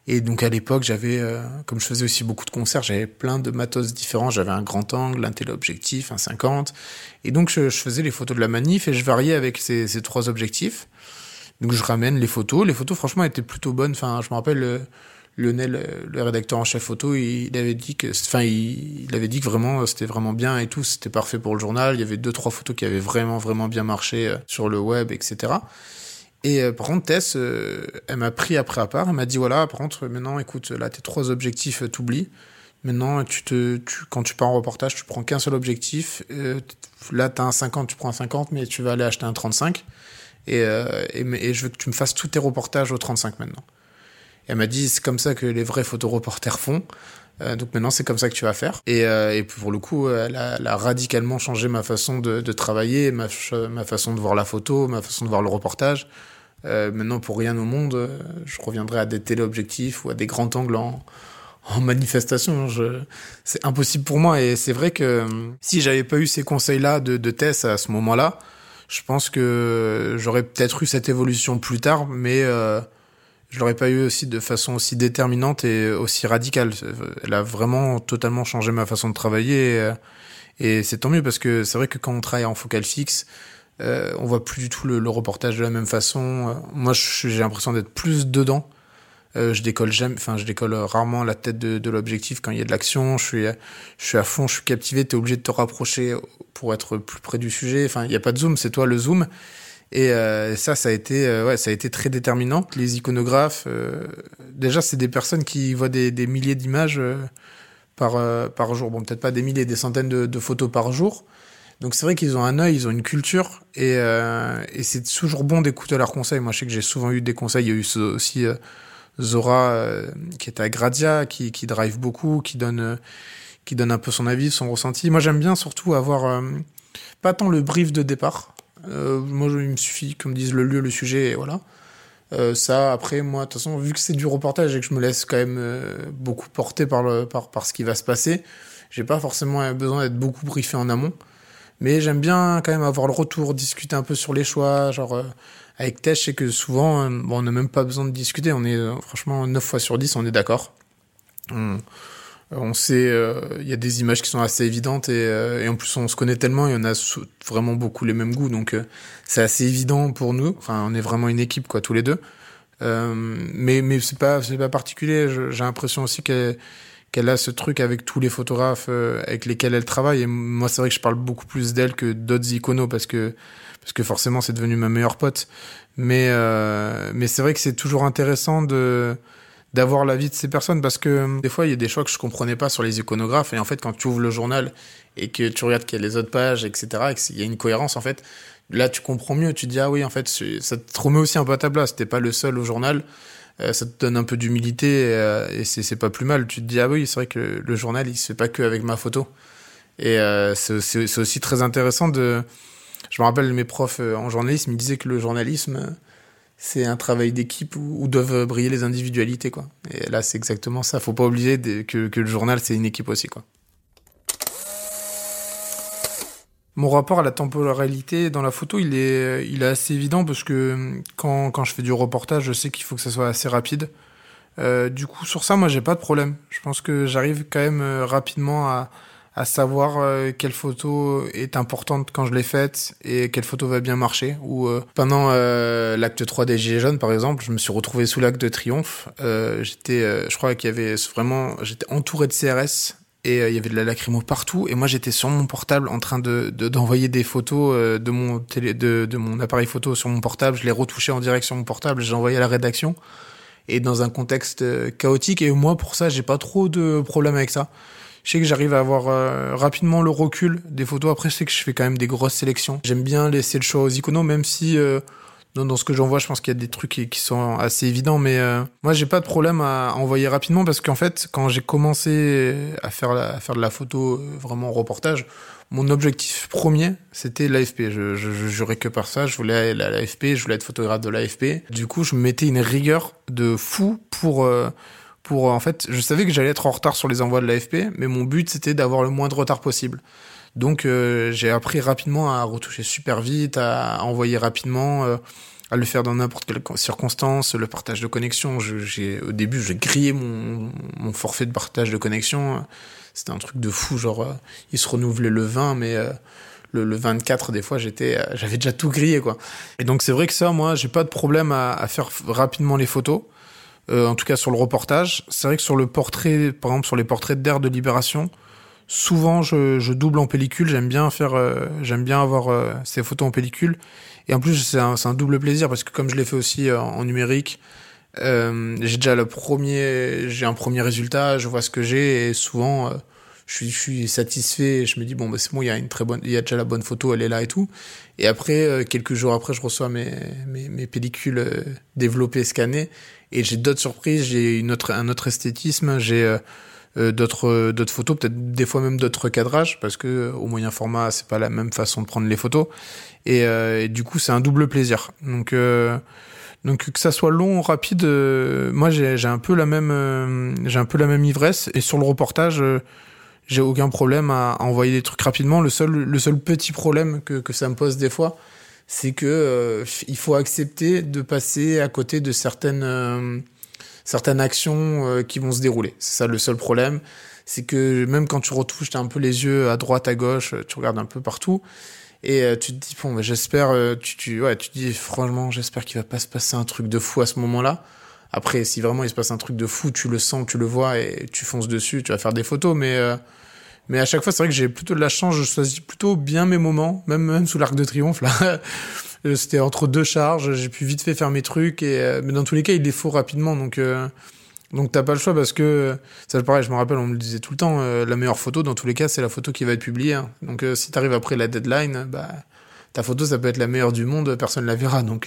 Et donc à l'époque, j'avais, comme je faisais aussi beaucoup de concerts, j'avais plein de matos différents. J'avais un grand angle, un téléobjectif, un 50. Et donc je faisais les photos de la manif et je variais avec ces 3 objectifs. Donc je ramène les photos. Les photos, franchement, étaient plutôt bonnes. Enfin, je me rappelle, Lionel, le rédacteur en chef photo, il avait dit que vraiment c'était vraiment bien et tout. C'était parfait pour le journal. Il y avait 2-3 photos qui avaient vraiment, vraiment bien marché sur le web, etc. Et par contre, Tess, elle m'a pris après à part. Elle m'a dit voilà, par contre, maintenant, écoute, là, tes 3 objectifs, t'oublies. Maintenant, quand tu pars en reportage, tu prends qu'un seul objectif. Là, t'as un 50, tu prends un 50, mais tu vas aller acheter un 35. Et je veux que tu me fasses tous tes reportages au 35 maintenant. Et elle m'a dit c'est comme ça que les vrais photoreporters font. Donc maintenant, c'est comme ça que tu vas faire. Et pour le coup, elle a radicalement changé ma façon de travailler, ma façon de voir la photo, ma façon de voir le reportage. Maintenant, pour rien au monde, je reviendrai à des téléobjectifs ou à des grands angles en manifestation. C'est impossible pour moi. Et c'est vrai que si j'avais pas eu ces conseils-là de Tess à ce moment-là, je pense que j'aurais peut-être eu cette évolution plus tard, mais je l'aurais pas eu aussi de façon aussi déterminante et aussi radicale. Elle a vraiment totalement changé ma façon de travailler. Et c'est tant mieux parce que c'est vrai que quand on travaille en focale fixe, on voit plus du tout le reportage de la même façon. Moi, j'ai l'impression d'être plus dedans. Je décolle rarement la tête de l'objectif quand il y a de l'action. Je suis à fond, je suis captivé. T'es obligé de te rapprocher pour être plus près du sujet. Enfin, il y a pas de zoom, c'est toi le zoom. Et ça a été très déterminant. Les iconographes, déjà, c'est des personnes qui voient des milliers d'images par jour. Bon, peut-être pas des milliers, des centaines de photos par jour. Donc c'est vrai qu'ils ont un œil, ils ont une culture, et c'est toujours bon d'écouter leurs conseils. Moi, je sais que j'ai souvent eu des conseils. Il y a eu aussi Zora qui était à Gradia, qui drive beaucoup, qui donne un peu son avis, son ressenti. Moi, j'aime bien surtout avoir pas tant le brief de départ. Moi, il me suffit qu'on me dise le lieu, le sujet, et voilà. Ça, après, moi, de toute façon, vu que c'est du reportage et que je me laisse quand même beaucoup porter par ce qui va se passer, j'ai pas forcément besoin d'être beaucoup briefé en amont. Mais j'aime bien quand même avoir le retour, discuter un peu sur les choix. Genre, avec Tess, je sais que souvent, on n'a même pas besoin de discuter. On est, franchement, 9 fois sur 10, on est d'accord. On sait, il y a des images qui sont assez évidentes et en plus, on se connaît tellement et on a vraiment beaucoup les mêmes goûts. Donc, c'est assez évident pour nous. Enfin, on est vraiment une équipe, quoi, tous les deux. Mais c'est pas particulier. J'ai l'impression aussi qu'elle a ce truc avec tous les photographes avec lesquels elle travaille. Et moi, c'est vrai que je parle beaucoup plus d'elle que d'autres iconos parce que forcément, c'est devenu ma meilleure pote. Mais c'est vrai que c'est toujours intéressant d'avoir l'avis de ces personnes parce que des fois, il y a des choix que je comprenais pas sur les iconographes. Et en fait, quand tu ouvres le journal et que tu regardes qu'il y a les autres pages, etc., et qu'il y a une cohérence, en fait, là, tu comprends mieux. Tu te dis, ah oui, en fait, ça te remet aussi un peu à ta place. T'es pas le seul au journal. Ça te donne un peu d'humilité et c'est pas plus mal. Tu te dis ah oui, c'est vrai que le journal il se fait pas que avec ma photo. Et c'est aussi très intéressant de. Je me rappelle mes profs en journalisme, ils disaient que le journalisme c'est un travail d'équipe où doivent briller les individualités quoi. Et là c'est exactement ça. Faut pas oublier que le journal c'est une équipe aussi quoi. Mon rapport à la temporalité dans la photo, il est assez évident parce que quand je fais du reportage, je sais qu'il faut que ça soit assez rapide. Du coup, sur ça, moi, j'ai pas de problème. Je pense que j'arrive quand même rapidement à savoir quelle photo est importante quand je l'ai faite et quelle photo va bien marcher. Ou pendant l'acte 3 des Gilets jaunes, par exemple, je me suis retrouvé sous l'Arc de Triomphe. Je crois qu'il y avait vraiment, j'étais entouré de CRS. Et il y avait de la lacrymo partout et moi j'étais sur mon portable en train d'envoyer des photos de mon appareil photo sur mon portable, je les retouchais en direct sur mon portable, j'ai envoyé à la rédaction et dans un contexte chaotique et moi pour ça j'ai pas trop de problème avec ça. Je sais que j'arrive à avoir rapidement le recul des photos, après je sais que je fais quand même des grosses sélections. J'aime bien laisser le choix aux iconos même si dans ce que j'envoie, je pense qu'il y a des trucs qui sont assez évidents, mais moi j'ai pas de problème à envoyer rapidement parce qu'en fait, quand j'ai commencé à faire de la photo vraiment en reportage, mon objectif premier, c'était l'AFP. Je jurais que par ça, je voulais aller à l'AFP, je voulais être photographe de l'AFP. Du coup, je me mettais une rigueur de fou pour en fait, je savais que j'allais être en retard sur les envois de l'AFP, mais mon but c'était d'avoir le moins de retard possible. Donc j'ai appris rapidement à retoucher super vite, à envoyer rapidement, à le faire dans n'importe quelle circonstance. Le partage de connexion, au début, j'ai grillé mon forfait de partage de connexion. C'était un truc de fou, genre, il se renouvelait le 20, mais le 24, des fois, j'avais déjà tout grillé, quoi. Et donc, c'est vrai que ça, moi, j'ai pas de problème à faire rapidement les photos. En tout cas, sur le reportage. C'est vrai que sur le portrait, par exemple, sur les portraits d'air de Libération, souvent, je double en pellicule. J'aime bien avoir ces photos en pellicule. Et en plus, c'est un double plaisir parce que comme je l'ai fait aussi en numérique, j'ai déjà j'ai un premier résultat, je vois ce que j'ai et souvent, je suis satisfait et je me dis bon bah c'est bon, il y a déjà la bonne photo, elle est là et tout. Et après quelques jours après, je reçois mes pellicules développées, scannées et j'ai d'autres surprises, j'ai un autre esthétisme, j'ai d'autres photos, peut-être des fois même d'autres cadrages parce que au moyen format, c'est pas la même façon de prendre les photos et du coup, c'est un double plaisir. Donc que ça soit long ou rapide, moi j'ai un peu la même ivresse et sur le reportage j'ai aucun problème à envoyer des trucs rapidement. Le seul petit problème que ça me pose des fois, c'est que il faut accepter de passer à côté de certaines actions qui vont se dérouler. C'est ça le seul problème, c'est que même quand tu retouches, t'as un peu les yeux à droite, à gauche, tu regardes un peu partout et tu te dis bon, bah, j'espère, tu te dis franchement, j'espère qu'il va pas se passer un truc de fou à ce moment-là. Après, si vraiment il se passe un truc de fou, tu le sens, tu le vois et tu fonces dessus, tu vas faire des photos. Mais à chaque fois, c'est vrai que j'ai plutôt de la chance, je choisis plutôt bien mes moments, même sous l'Arc de Triomphe, là. C'était entre deux charges, j'ai pu vite fait faire mes trucs, mais dans tous les cas, il les faut rapidement, donc t'as pas le choix parce que, ça c'est pareil, je me rappelle, on me le disait tout le temps, la meilleure photo, dans tous les cas, c'est la photo qui va être publiée, hein. Donc si t'arrives après la deadline, bah, ta photo, ça peut être la meilleure du monde, personne la verra, donc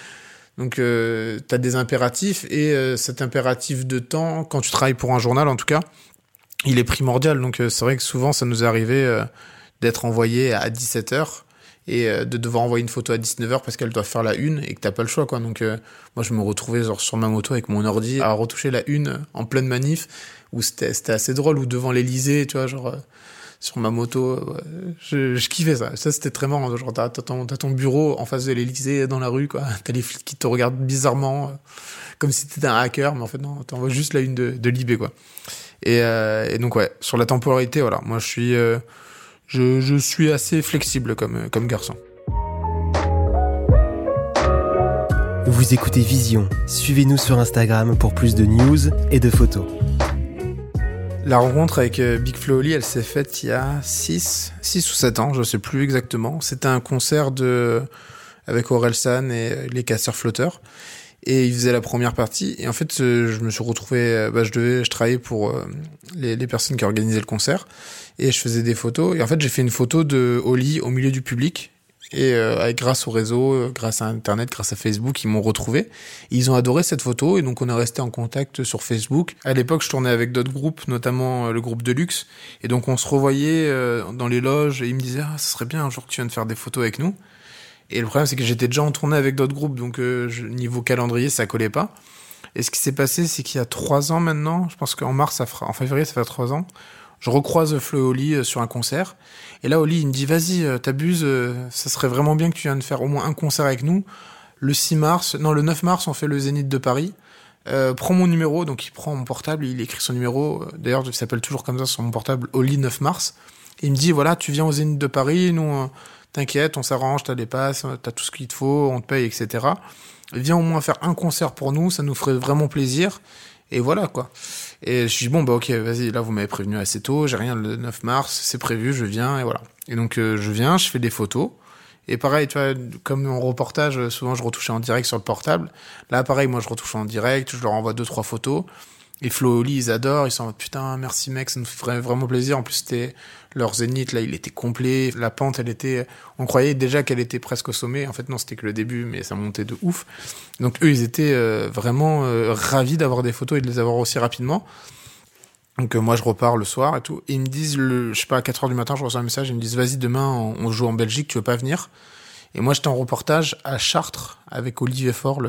t'as des impératifs et cet impératif de temps, quand tu travailles pour un journal en tout cas, il est primordial. Donc c'est vrai que souvent ça nous est arrivé d'être envoyé à 17h et de devoir envoyer une photo à 19h parce qu'elle doit faire la une et que t'as pas le choix, quoi. Donc moi je me retrouvais genre sur ma moto avec mon ordi à retoucher la une en pleine manif où c'était assez drôle, ou devant l'Elysée, tu vois, genre sur ma moto, je kiffais ça. Ça, c'était très marrant. Genre, t'as ton bureau en face de l'Elysée dans la rue, quoi. T'as les flics qui te regardent bizarrement, comme si t'étais un hacker, mais en fait, non, t'envoies juste la une de Libé, quoi. Et donc, ouais, sur la temporalité, voilà. Moi, je suis assez flexible comme garçon. Vous écoutez Vision. Suivez-nous sur Instagram pour plus de news et de photos. La rencontre avec Big Flo et Oli, elle s'est faite il y a 6 ou 7 ans, je sais plus exactement. C'était un concert avec Orelsan et les Casseurs Flotteurs. Et ils faisaient la première partie. Et en fait, je me suis retrouvé, je travaillais pour les personnes qui organisaient le concert. Et je faisais des photos. Et en fait, j'ai fait une photo de Oli au milieu du public. Et grâce au réseau, grâce à Internet, grâce à Facebook, ils m'ont retrouvé. Et ils ont adoré cette photo et donc on est resté en contact sur Facebook. À l'époque, je tournais avec d'autres groupes, notamment le groupe Deluxe. Et donc on se revoyait dans les loges et ils me disaient « Ah, ce serait bien un jour que tu viennes faire des photos avec nous ». Et le problème, c'est que j'étais déjà en tournée avec d'autres groupes, donc niveau calendrier, ça collait pas. Et ce qui s'est passé, c'est qu'il y a 3 ans maintenant, je pense qu'en février, ça fait 3 ans, je recroise Flo et Oli sur un concert. Et là, Oli, il me dit, vas-y, t'abuses, ça serait vraiment bien que tu viennes faire au moins un concert avec nous. Le 9 mars, on fait le Zénith de Paris. Prends mon numéro. Donc, il prend mon portable, il écrit son numéro. D'ailleurs, il s'appelle toujours comme ça sur mon portable, Oli 9 mars. Et il me dit, voilà, tu viens au Zénith de Paris, nous, t'inquiète, on s'arrange, t'as des passes, t'as tout ce qu'il te faut, on te paye, etc. Viens au moins faire un concert pour nous, ça nous ferait vraiment plaisir. Et voilà, quoi. Et je dis, bon, bah, ok, vas-y, là, vous m'avez prévenu assez tôt, j'ai rien le 9 mars, c'est prévu, je viens, et voilà. Et donc, je viens, je fais des photos. Et pareil, tu vois, comme en reportage, souvent, je retouchais en direct sur le portable. Là, pareil, moi, je retouche en direct, je leur envoie 2-3 photos. Et Flo et Oli, ils adorent, ils sont, putain, merci mec, ça nous ferait vraiment plaisir. En plus, c'était leur zénith, là, il était complet. La pente, on croyait déjà qu'elle était presque au sommet. En fait, non, c'était que le début, mais ça montait de ouf. Donc, eux, ils étaient vraiment ravis d'avoir des photos et de les avoir aussi rapidement. Donc, moi, je repars le soir et tout. Et ils me disent, je sais pas, à 4h du matin, je reçois un message, ils me disent, vas-y, demain, on joue en Belgique, tu veux pas venir? Et moi, j'étais en reportage à Chartres avec Olivier Faure,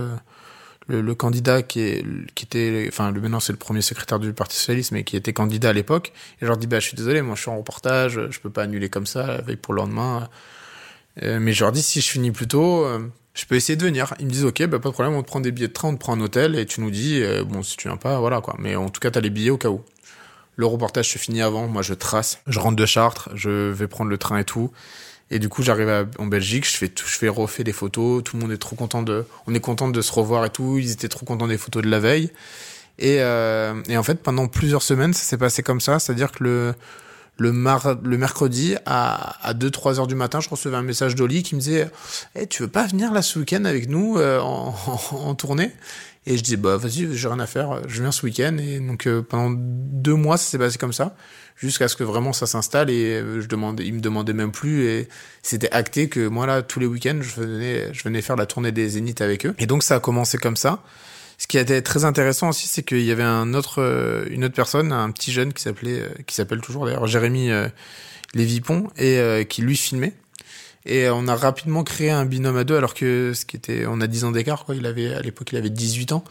le candidat qui était, enfin, maintenant c'est le premier secrétaire du Parti Socialiste, mais qui était candidat à l'époque. Et je leur dis, je suis désolé, moi je suis en reportage, je peux pas annuler comme ça, la veille pour le lendemain. Mais je leur dis, si je finis plus tôt, je peux essayer de venir. Ils me disent, ok, bah, pas de problème, on te prend des billets de train, on te prend un hôtel, et tu nous dis, bon, si tu viens pas, voilà, quoi. Mais en tout cas, t'as les billets au cas où. Le reportage se finit avant, moi je trace, je rentre de Chartres, je vais prendre le train et tout. Et du coup, j'arrive en Belgique, je refais des photos, tout le monde est trop content on est content de se revoir et tout, ils étaient trop contents des photos de la veille. Et en fait, pendant plusieurs semaines, ça s'est passé comme ça, c'est-à-dire que le mercredi, à 2-3 heures du matin, je recevais un message d'Oli qui me disait hey, tu veux pas venir là ce week-end avec nous en tournée? Et je dis bah vas-y, j'ai rien à faire, je viens ce week-end. Et donc pendant 2 mois, ça s'est passé comme ça, jusqu'à ce que vraiment ça s'installe. Et il me demandait même plus. Et c'était acté que moi là, tous les week-ends, je venais faire la tournée des Zéniths avec eux. Et donc ça a commencé comme ça. Ce qui a été très intéressant aussi, c'est qu'il y avait une autre personne, un petit jeune qui s'appelle toujours d'ailleurs Jérémy Lévy-Pont, et qui lui filmait. Et on a rapidement créé un binôme à deux, alors que on a 10 ans d'écart, quoi. À l'époque, il avait 18 ans.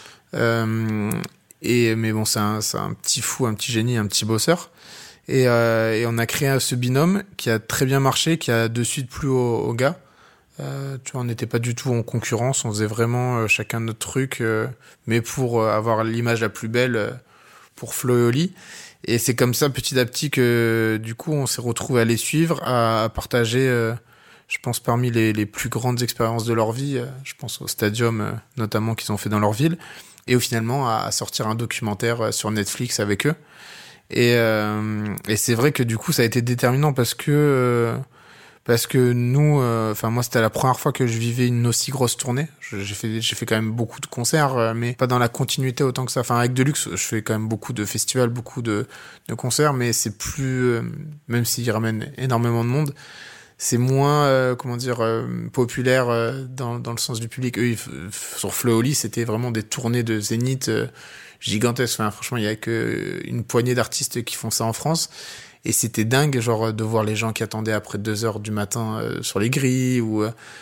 Mais bon, c'est un petit fou, un petit génie, un petit bosseur. Et on a créé ce binôme qui a très bien marché, qui a de suite plu aux gars. Tu vois, on n'était pas du tout en concurrence, on faisait vraiment chacun notre truc, mais pour avoir l'image la plus belle pour Flo et Oli. Et c'est comme ça, petit à petit, que du coup, on s'est retrouvés à les suivre, à partager, je pense, parmi les plus grandes expériences de leur vie. Je pense au Stadium, notamment, qu'ils ont fait dans leur ville. Et finalement, à sortir un documentaire sur Netflix avec eux. Et c'est vrai que du coup, ça a été déterminant parce que nous, moi, c'était la première fois que je vivais une aussi grosse tournée. J'ai fait quand même beaucoup de concerts, mais pas dans la continuité autant que ça. Enfin, avec Deluxe, je fais quand même beaucoup de festivals, beaucoup de concerts, mais c'est plus, même s'ils ramènent énormément de monde, c'est moins, populaire dans le sens du public. Eux, sur Flo et Oli, c'était vraiment des tournées de Zénith gigantesques. Enfin, franchement, il y a que une poignée d'artistes qui font ça en France. Et c'était dingue, genre, de voir les gens qui attendaient après 2 heures du matin sur les grilles, ou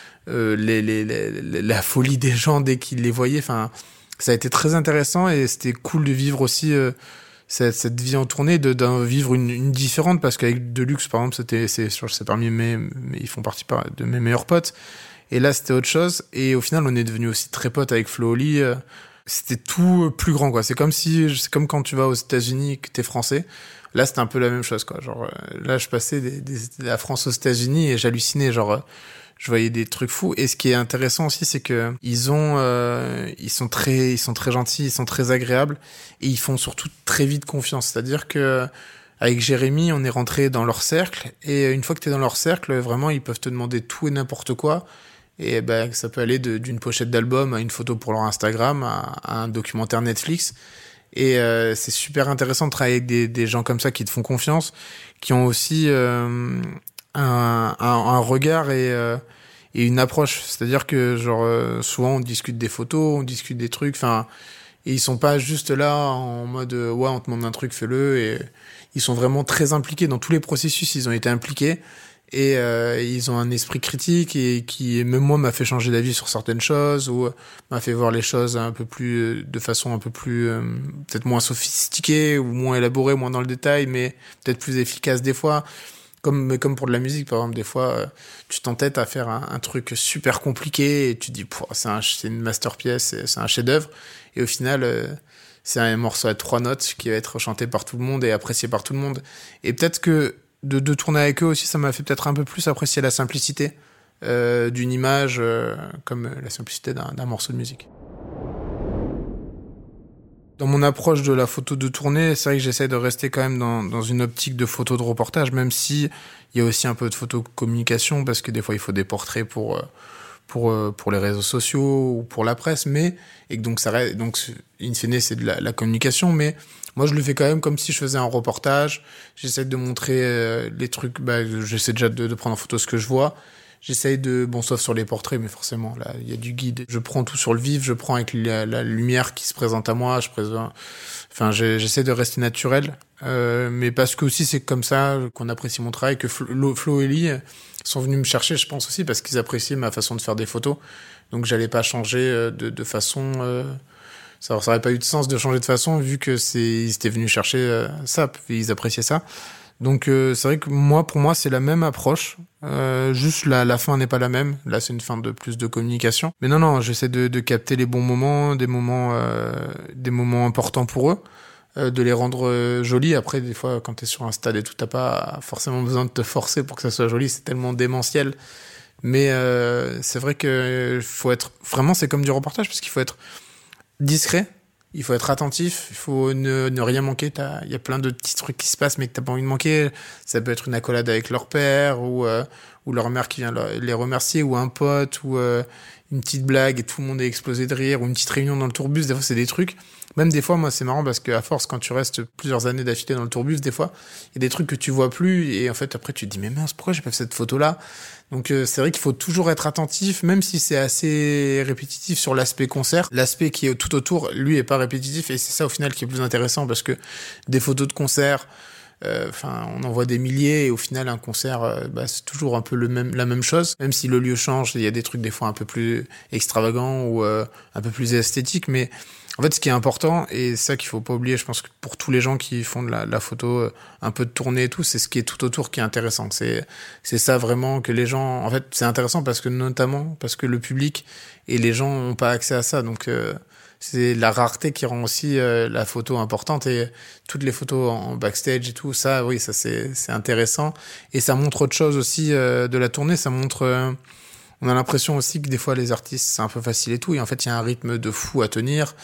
la folie des gens dès qu'ils les voyaient. Enfin, ça a été très intéressant, et c'était cool de vivre aussi cette vie en tournée, d'en vivre une différente, parce qu'avec Deluxe, par exemple, c'est parmi ils font partie de mes meilleurs potes. Et là, c'était autre chose. Et au final, on est devenus aussi très potes avec Flo et Oli. C'était tout plus grand, quoi. C'est comme quand tu vas aux États-Unis, que t'es français. Là, c'était un peu la même chose, quoi. Genre, là, je passais de la France aux États-Unis et j'hallucinais, genre, je voyais des trucs fous. Et ce qui est intéressant aussi, c'est que ils sont très gentils, ils sont très agréables, et ils font surtout très vite confiance. C'est-à-dire que, avec Jérémy, on est rentré dans leur cercle, et une fois que t'es dans leur cercle, vraiment, ils peuvent te demander tout et n'importe quoi. Et ben, ça peut aller d'une pochette d'album à une photo pour leur Instagram, à un documentaire Netflix. Et c'est super intéressant de travailler avec des gens comme ça qui te font confiance, qui ont aussi un regard et une approche. C'est-à-dire que genre souvent on discute des photos, on discute des trucs, enfin, et ils sont pas juste là en mode ouais, on te demande un truc, fais-le. Et ils sont vraiment très impliqués dans tous les processus. Ils ont été impliqués. Et ils ont un esprit critique, et qui même moi m'a fait changer d'avis sur certaines choses, ou m'a fait voir les choses un peu plus de façon un peu plus peut-être moins sophistiquée, ou moins élaborée, moins dans le détail, mais peut-être plus efficace des fois. Comme pour de la musique, par exemple, des fois tu t'entêtes à faire un truc super compliqué, et tu dis c'est une masterpiece, c'est un chef-d'œuvre, et au final c'est un morceau à 3 notes qui va être chanté par tout le monde et apprécié par tout le monde. Et peut-être que de tourner avec eux aussi, ça m'a fait peut-être un peu plus apprécier la simplicité d'une image, comme la simplicité d'un morceau de musique. Dans mon approche de la photo de tournée, c'est vrai que j'essaie de rester quand même dans une optique de photo de reportage, même si il y a aussi un peu de photo communication, parce que des fois il faut des portraits pour les réseaux sociaux ou pour la presse, et que donc ça reste, donc in fine c'est de la communication, mais moi je le fais quand même comme si je faisais un reportage. J'essaie de montrer les trucs, j'essaie déjà de prendre en photo ce que je vois. J'essaye sauf sur les portraits, mais forcément, là, il y a du guide. Je prends tout sur le vif, je prends avec la lumière qui se présente à moi, j'essaie de rester naturel, mais parce que aussi c'est comme ça qu'on apprécie mon travail, que Flo et Eli sont venus me chercher, je pense aussi, parce qu'ils appréciaient ma façon de faire des photos. Donc j'allais pas changer de façon, ça aurait pas eu de sens de changer de façon, vu que ils étaient venus chercher ça, ils appréciaient ça. Donc c'est vrai que pour moi, c'est la même approche. Juste la fin n'est pas la même. Là, c'est une fin de plus de communication. Mais non, j'essaie de capter les bons moments, des moments importants pour eux, de les rendre jolis. Après, des fois, quand t'es sur un stade et tout, t'as pas forcément besoin de te forcer pour que ça soit joli. C'est tellement démentiel. Mais c'est vrai que faut être vraiment, c'est comme du reportage parce qu'il faut être discret. Il faut être attentif, il faut ne rien manquer. Il y a plein de petits trucs qui se passent, mais que t'as pas envie de manquer. Ça peut être une accolade avec leur père, ou leur mère qui vient les remercier, ou un pote, ou une petite blague et tout le monde est explosé de rire, ou une petite réunion dans le tourbus. Des fois, c'est des trucs. Même des fois, moi, c'est marrant parce que à force, quand tu restes plusieurs années d'affilée dans le tourbus, des fois, il y a des trucs que tu vois plus, et en fait, après, tu te dis, mais mince, pourquoi j'ai pas fait cette photo-là? Donc c'est vrai qu'il faut toujours être attentif, même si c'est assez répétitif sur l'aspect concert. L'aspect qui est tout autour, lui, est pas répétitif, et c'est ça au final qui est plus intéressant, parce que des photos de concert, on en voit des milliers, et au final un concert, c'est toujours un peu la même chose, même si le lieu change. Il y a des trucs des fois un peu plus extravagants ou un peu plus esthétiques, mais en fait, ce qui est important, et ça qu'il faut pas oublier, je pense que pour tous les gens qui font de la photo, un peu de tournée et tout, c'est ce qui est tout autour qui est intéressant. C'est ça vraiment que les gens, en fait, c'est intéressant notamment parce que le public et les gens ont pas accès à ça. Donc, c'est la rareté qui rend aussi la photo importante, et toutes les photos en backstage et tout, ça, oui, ça c'est intéressant. Et ça montre autre chose aussi de la tournée, ça montre... on a l'impression aussi que des fois les artistes c'est un peu facile et tout, et en fait il y a un rythme de fou à tenir.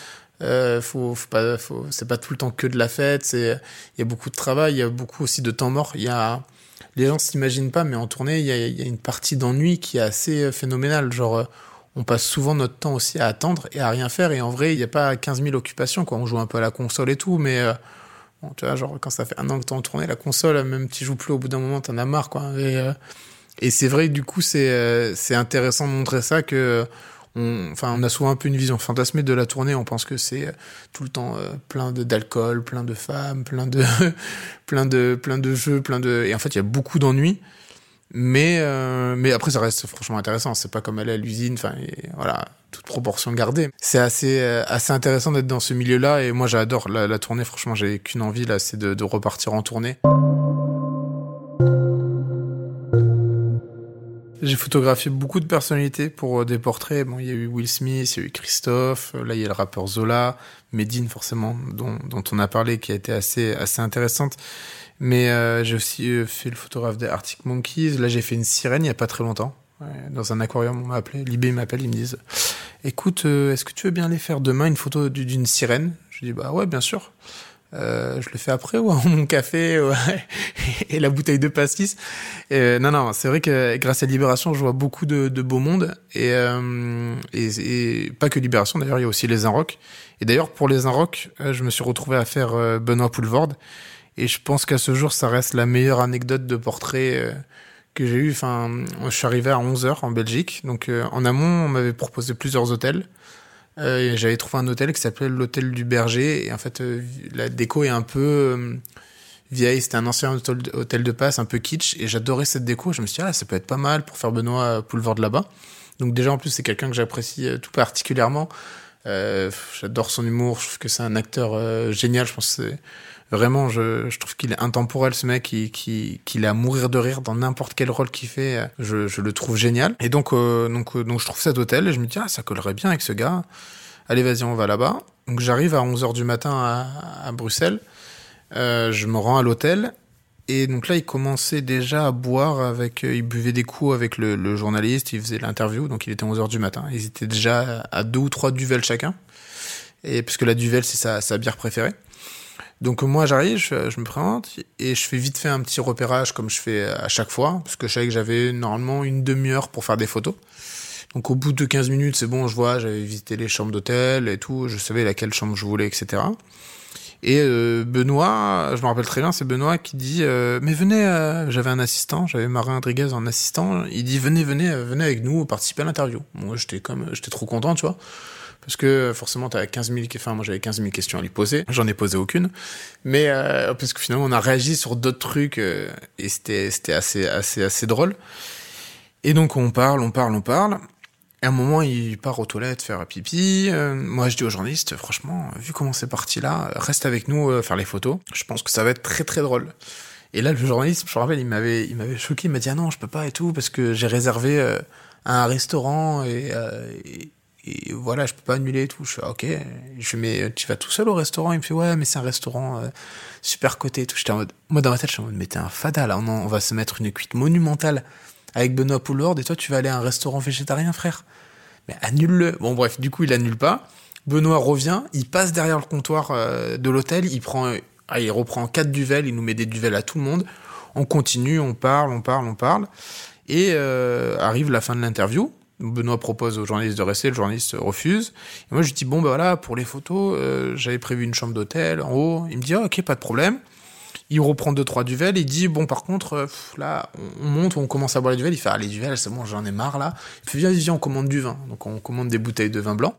C'est pas tout le temps que de la fête. Il y a beaucoup de travail, il y a beaucoup aussi de temps mort. Les gens s'imaginent pas, mais en tournée il y a une partie d'ennui qui est assez phénoménale. Genre on passe souvent notre temps aussi à attendre et à rien faire. Et en vrai il y a pas 15 000 occupations quoi. On joue un peu à la console et tout, mais bon, tu vois, genre quand ça fait 1 an que t'es en tournée, la console, même tu joues plus, au bout d'un moment t'en as marre quoi. Et c'est vrai que du coup c'est intéressant de montrer ça, que on a souvent un peu une vision fantasmée de la tournée. On pense que c'est tout le temps plein d'alcool, plein de femmes, plein de jeux, et en fait il y a beaucoup d'ennuis. Mais après ça reste franchement intéressant. C'est pas comme aller à l'usine. Voilà, toute proportion gardée. C'est assez intéressant d'être dans ce milieu-là. Et moi j'adore la tournée. Franchement, j'ai qu'une envie là, c'est de repartir en tournée. J'ai photographié beaucoup de personnalités pour des portraits. Bon, il y a eu Will Smith, il y a eu Christophe, là il y a le rappeur Zola, Medine forcément, dont on a parlé, qui a été assez intéressante. Mais j'ai aussi fait le photographe des Arctic Monkeys. Là j'ai fait une sirène il y a pas très longtemps. Ouais, dans un aquarium, on m'a appelé. Libé m'appelle, ils me disent écoute, est-ce que tu veux bien aller faire demain une photo d'une sirène? Je dis bah ouais, bien sûr. Je le fais après, ouais, mon café et la bouteille de pastis. Non, c'est vrai que grâce à Libération, je vois beaucoup de beau monde, et pas que Libération. D'ailleurs, il y a aussi les Inrocks. Et d'ailleurs, pour les Inrocks, je me suis retrouvé à faire Benoît Poelvoorde, et je pense qu'à ce jour, ça reste la meilleure anecdote de portrait que j'ai eu. Je suis arrivé à 11h en Belgique, donc en amont, on m'avait proposé plusieurs hôtels. Et j'avais trouvé un hôtel qui s'appelait l'hôtel du Berger, et en fait la déco est un peu vieille. C'était un ancien hôtel de passe un peu kitsch, et j'adorais cette déco. Je me suis dit ça peut être pas mal pour faire Benoît Poelvoorde là-bas. Donc déjà en plus c'est quelqu'un que j'apprécie tout particulièrement. J'adore son humour, je trouve que c'est un acteur génial. Je pense que c'est vraiment, je trouve qu'il est intemporel, ce mec, qu'il est à mourir de rire dans n'importe quel rôle qu'il fait. Je le trouve génial. Et donc je trouve cet hôtel, et je me dis ça collerait bien avec ce gars. Allez, vas-y, on va là-bas. Donc j'arrive à 11h du matin à Bruxelles. Je me rends à l'hôtel, et donc là il commençait déjà à boire il buvait des coups avec le journaliste. Il faisait l'interview, donc il était 11h du matin. Ils étaient déjà à 2 ou 3 duvels chacun, et parce que la duvel c'est sa bière préférée. Donc moi j'arrive, je me présente, et je fais vite fait un petit repérage comme je fais à chaque fois, parce que je savais que j'avais normalement une demi-heure pour faire des photos. Donc au bout de 15 minutes, c'est bon, j'avais visité les chambres d'hôtel et tout, je savais laquelle chambre je voulais, etc. Et Benoît, je me rappelle très bien, c'est Benoît qui dit mais venez, j'avais un assistant, j'avais Marin Rodriguez en assistant, il dit venez avec nous participer à l'interview. Moi j'étais trop content, tu vois. Parce que forcément moi j'avais 15 000 questions à lui poser, j'en ai posé aucune, mais parce que finalement on a réagi sur d'autres trucs, et c'était assez drôle. Et donc on parle. Et à un moment il part aux toilettes faire pipi. Moi je dis au journaliste, franchement, vu comment c'est parti là, reste avec nous faire les photos. Je pense que ça va être très très drôle. Et là, le journaliste, je me rappelle, il m'avait choqué, il m'a dit, ah non, je peux pas et tout, parce que j'ai réservé un restaurant et voilà, je peux pas annuler et tout. Je fais, ok. Je fais, mais tu vas tout seul au restaurant? Il me fait, ouais, mais c'est un restaurant super coté et tout. J'étais en mode, moi, dans ma tête, je suis en mode, mais t'es un fada, là. On va se mettre une cuite monumentale avec Benoît Poulvord et toi, tu vas aller à un restaurant végétarien, frère. Mais annule-le. Bon, bref, du coup, il annule pas. Benoît revient, il passe derrière le comptoir de l'hôtel, il reprend 4 duvels, il nous met des duvels à tout le monde. On continue, on parle. Et arrive la fin de l'interview. Benoît propose au journaliste de rester, le journaliste refuse. Et moi, je lui dis, bon, ben voilà, pour les photos, j'avais prévu une chambre d'hôtel en haut. Il me dit, ok, pas de problème. Il reprend 2-3 duvels, il dit, bon, par contre, là, on monte, on commence à boire les duvels. Il fait, ah, les duvels, c'est bon, j'en ai marre, là. Il fait, viens, on commande du vin. Donc, on commande des bouteilles de vin blanc.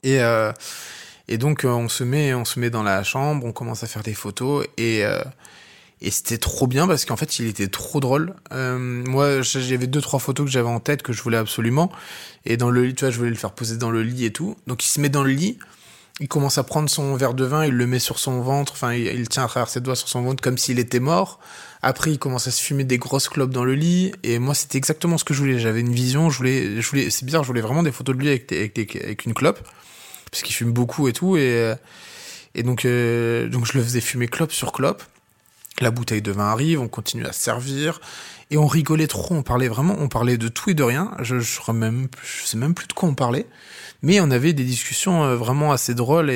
Et donc, on se met dans la chambre, on commence à faire des photos, et c'était trop bien parce qu'en fait, il était trop drôle. Moi, j'avais 2-3 photos que j'avais en tête que je voulais absolument. Et dans le lit, tu vois, je voulais le faire poser dans le lit et tout. Donc, il se met dans le lit. Il commence à prendre son verre de vin, il le met sur son ventre, enfin, il tient à travers ses doigts sur son ventre comme s'il était mort. Après, il commence à se fumer des grosses clopes dans le lit, et moi, c'était exactement ce que je voulais. J'avais une vision, c'est bizarre, je voulais vraiment des photos de lui avec une clope, parce qu'il fume beaucoup et tout, et donc je le faisais fumer clope sur clope. La bouteille de vin arrive, on continue à servir, et on rigolait trop, on parlait de tout et de rien, je sais même plus de quoi on parlait. Mais on avait des discussions vraiment assez drôles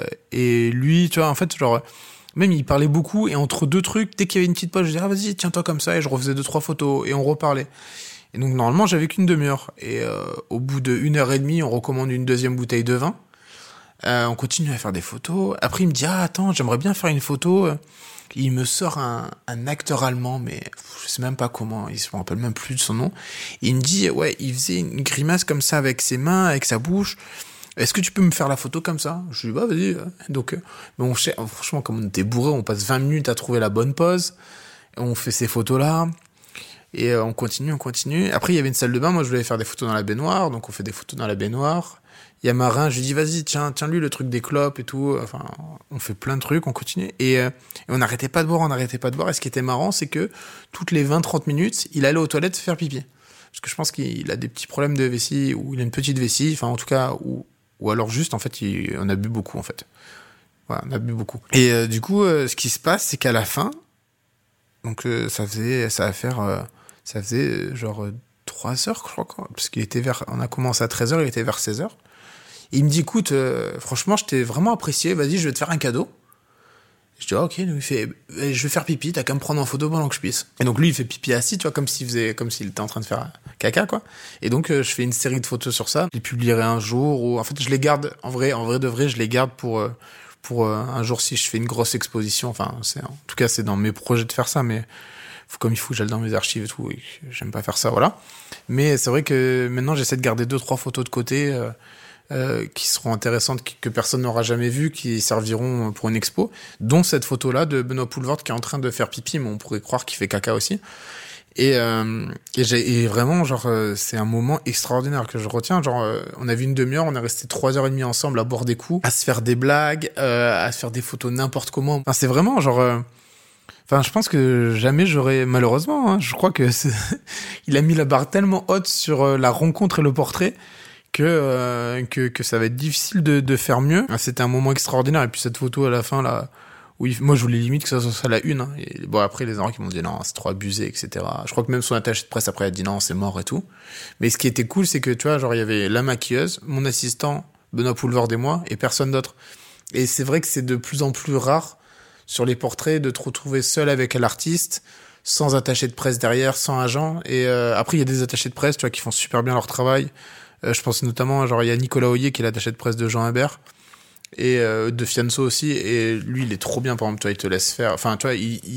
et lui, tu vois, en fait, genre, même il parlait beaucoup et entre deux trucs, dès qu'il y avait une petite pause, je disais, ah, vas-y, tiens-toi comme ça, et je refaisais 2-3 photos et on reparlait. Et donc, normalement, j'avais qu'une demi-heure. Et au bout de 1h30, on recommande une deuxième bouteille de vin. On continue à faire des photos. Après, il me dit, ah, attends, j'aimerais bien faire une photo. Il me sort un acteur allemand, mais je sais même pas comment, il se rappelle même plus de son nom. Et il me dit, ouais, il faisait une grimace comme ça avec ses mains, avec sa bouche. Est-ce que tu peux me faire la photo comme ça? Je lui dis, bah, vas-y. Donc, franchement, comme on était bourré, on passe 20 minutes à trouver la bonne pose. On fait ces photos-là. Et on continue. Après, il y avait une salle de bain. Moi, je voulais faire des photos dans la baignoire. Donc, on fait des photos dans la baignoire. Il y a Marin, je lui dis, vas-y, tiens lui le truc des clopes et tout. Enfin, on fait plein de trucs, on continue. Et on n'arrêtait pas de boire. Et ce qui était marrant, c'est que toutes les 20-30 minutes, il allait aux toilettes se faire pipi. Parce que je pense qu'il a des petits problèmes de vessie, ou il a une petite vessie, enfin, en tout cas, ou alors juste, en fait, on a bu beaucoup, en fait. Voilà, on a bu beaucoup. Et du coup, ce qui se passe, c'est qu'à la fin, donc ça faisait genre 3 heures, je crois, parce on a commencé à 13h, il était vers 16h. Et il me dit, écoute, franchement, je t'ai vraiment apprécié, vas-y, je vais te faire un cadeau. Je dis, ah, ok, il fait, je vais faire pipi, t'as qu'à me prendre en photo pendant que je pisse. Et donc lui, il fait pipi assis, tu vois, comme s'il était en train de faire caca, quoi. Et donc, je fais une série de photos sur ça. Je les publierai un jour, ou en fait, je les garde, en vrai de vrai, je les garde pour un jour si je fais une grosse exposition. Enfin, en tout cas, c'est dans mes projets de faire ça, mais comme il faut que j'aille dans mes archives et tout, et j'aime pas faire ça, voilà. Mais c'est vrai que maintenant, j'essaie de garder 2-3 photos de côté, qui seront intéressantes, que personne n'aura jamais vues, qui serviront pour une expo, dont cette photo-là de Benoît Poulvord qui est en train de faire pipi, mais on pourrait croire qu'il fait caca aussi. Et vraiment, genre, c'est un moment extraordinaire que je retiens. Genre, on a vu une demi-heure, on est resté 3h30 ensemble à boire des coups, à se faire des blagues, à se faire des photos n'importe comment. Enfin, c'est vraiment, genre... Enfin, je pense que jamais j'aurais, malheureusement, je crois que il a mis la barre tellement haute sur la rencontre et le portrait que ça va être difficile de faire mieux. C'était un moment extraordinaire. Et puis cette photo à la fin, là, où moi je voulais limite que ça soit la une. Et bon, après les gens qui m'ont dit non, c'est trop abusé, etc. Je crois que même son attaché de presse après a dit non, c'est mort et tout. Mais ce qui était cool, c'est que tu vois, genre il y avait la maquilleuse, mon assistant, Benoît Poulvord et moi, et personne d'autre. Et c'est vrai que c'est de plus en plus rare sur les portraits de te retrouver seul avec l'artiste, sans attaché de presse derrière, sans agent. Et après il y a des attachés de presse, tu vois, qui font super bien leur travail. Je pense notamment, genre il y a Nicolas Hoyer qui est l'attaché de presse de Jean Imbert et de Fianso aussi. Et lui il est trop bien, par exemple, tu vois, il te laisse faire. Enfin, tu vois,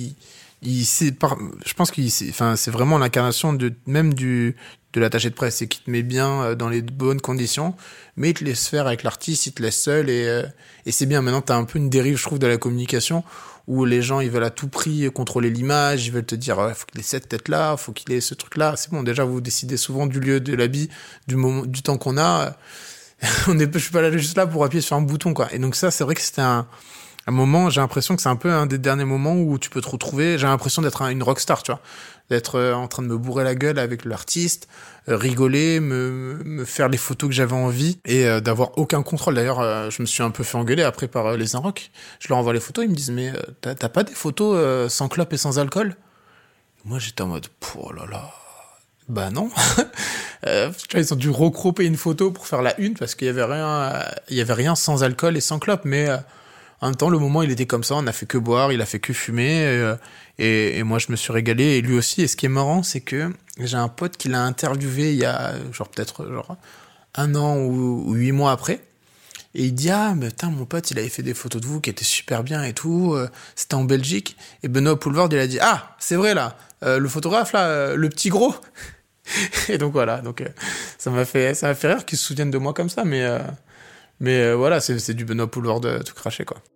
je pense c'est vraiment l'incarnation de l'attaché de presse, c'est qu'il te met bien dans les bonnes conditions, mais il te laisse faire avec l'artiste, il te laisse seul et c'est bien. Maintenant, t'as un peu une dérive, je trouve, de la communication où les gens, ils veulent à tout prix contrôler l'image, ils veulent te dire, faut qu'il ait cette tête-là, faut qu'il ait ce truc-là. C'est bon, déjà, vous décidez souvent du lieu, de l'habit, du temps qu'on a. Je suis pas là juste là pour appuyer sur un bouton, quoi. Et donc ça, c'est vrai que c'était un un moment, j'ai l'impression que c'est un peu un des derniers moments où tu peux te retrouver. J'ai l'impression d'être une rockstar, tu vois, d'être en train de me bourrer la gueule avec l'artiste, rigoler, me faire les photos que j'avais envie et d'avoir aucun contrôle. D'ailleurs, je me suis un peu fait engueuler après par les Inrocks. Je leur envoie les photos, ils me disent mais t'as pas des photos sans clope et sans alcool? Moi, j'étais en mode oh là là. Bah non. Tu vois, ils ont dû recroper une photo pour faire la une parce qu'il y avait rien sans alcool et sans clope, mais en même temps, le moment, il était comme ça, on a fait que boire, il a fait que fumer, et moi, je me suis régalé, et lui aussi. Et ce qui est marrant, c'est que j'ai un pote qui l'a interviewé il y a, peut-être, 1 an ou 8 mois après. Et il dit, ah, mais putain, mon pote, il avait fait des photos de vous qui étaient super bien et tout, c'était en Belgique. Et Benoît Poulvord, il a dit, ah, c'est vrai, là, le photographe, là, le petit gros. Et donc, voilà, ça m'a fait rire qu'ils se souviennent de moi comme ça, mais voilà, c'est du Benoît Poulvord tout craché, quoi.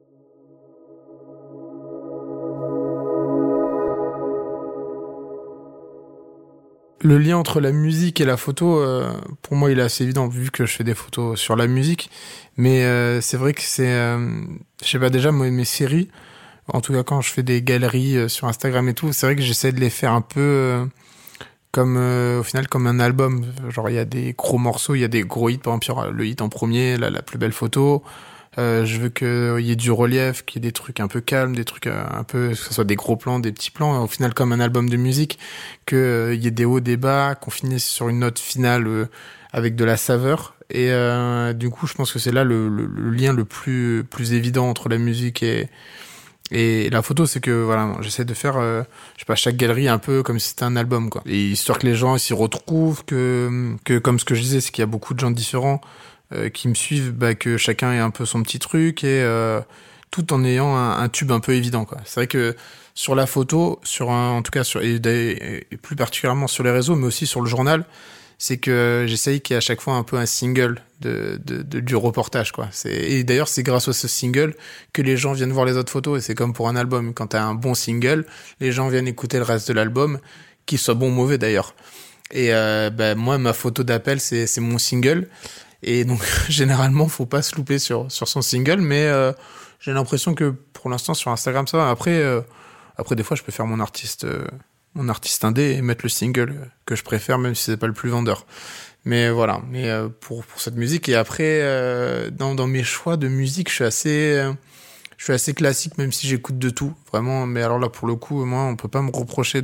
Le lien entre la musique et la photo, pour moi, il est assez évident vu que je fais des photos sur la musique. Mais c'est vrai que c'est, je sais pas, déjà mes séries, en tout cas quand je fais des galeries sur Instagram et tout, c'est vrai que j'essaie de les faire un peu comme au final comme un album. Genre il y a des gros morceaux, il y a des gros hits. Par exemple, il y aura le hit en premier, la plus belle photo. Je veux qu'il y ait du relief, qu'il y ait des trucs un peu calmes, des trucs un peu, que ce soit des gros plans, des petits plans, au final comme un album de musique, qu'il y ait des hauts, des bas, qu'on finisse sur une note finale avec de la saveur. Et du coup, je pense que c'est là le lien le plus évident entre la musique et la photo, c'est que voilà, j'essaie de faire, je sais pas, chaque galerie un peu comme si c'était un album, quoi. Et histoire que les gens s'y retrouvent, que comme ce que je disais, c'est qu'il y a beaucoup de gens différents qui me suivent, que chacun ait un peu son petit truc et tout en ayant un tube un peu évident, quoi. C'est vrai que sur la photo, en tout cas et plus particulièrement sur les réseaux, mais aussi sur le journal, c'est que j'essaye qu'il y ait à chaque fois un peu un single du reportage, quoi. Et d'ailleurs, c'est grâce à ce single que les gens viennent voir les autres photos, et c'est comme pour un album. Quand t'as un bon single, les gens viennent écouter le reste de l'album, qu'il soit bon ou mauvais d'ailleurs. Et moi, ma photo d'appel, c'est mon single. Et donc, généralement, faut pas se louper sur son single, mais j'ai l'impression que pour l'instant, sur Instagram, ça va. Après, des fois, je peux faire mon artiste indé et mettre le single que je préfère, même si c'est pas le plus vendeur. Mais voilà, pour cette musique. Et après, dans mes choix de musique, je suis assez classique, même si j'écoute de tout, vraiment. Mais alors là, pour le coup, moi, on peut pas me reprocher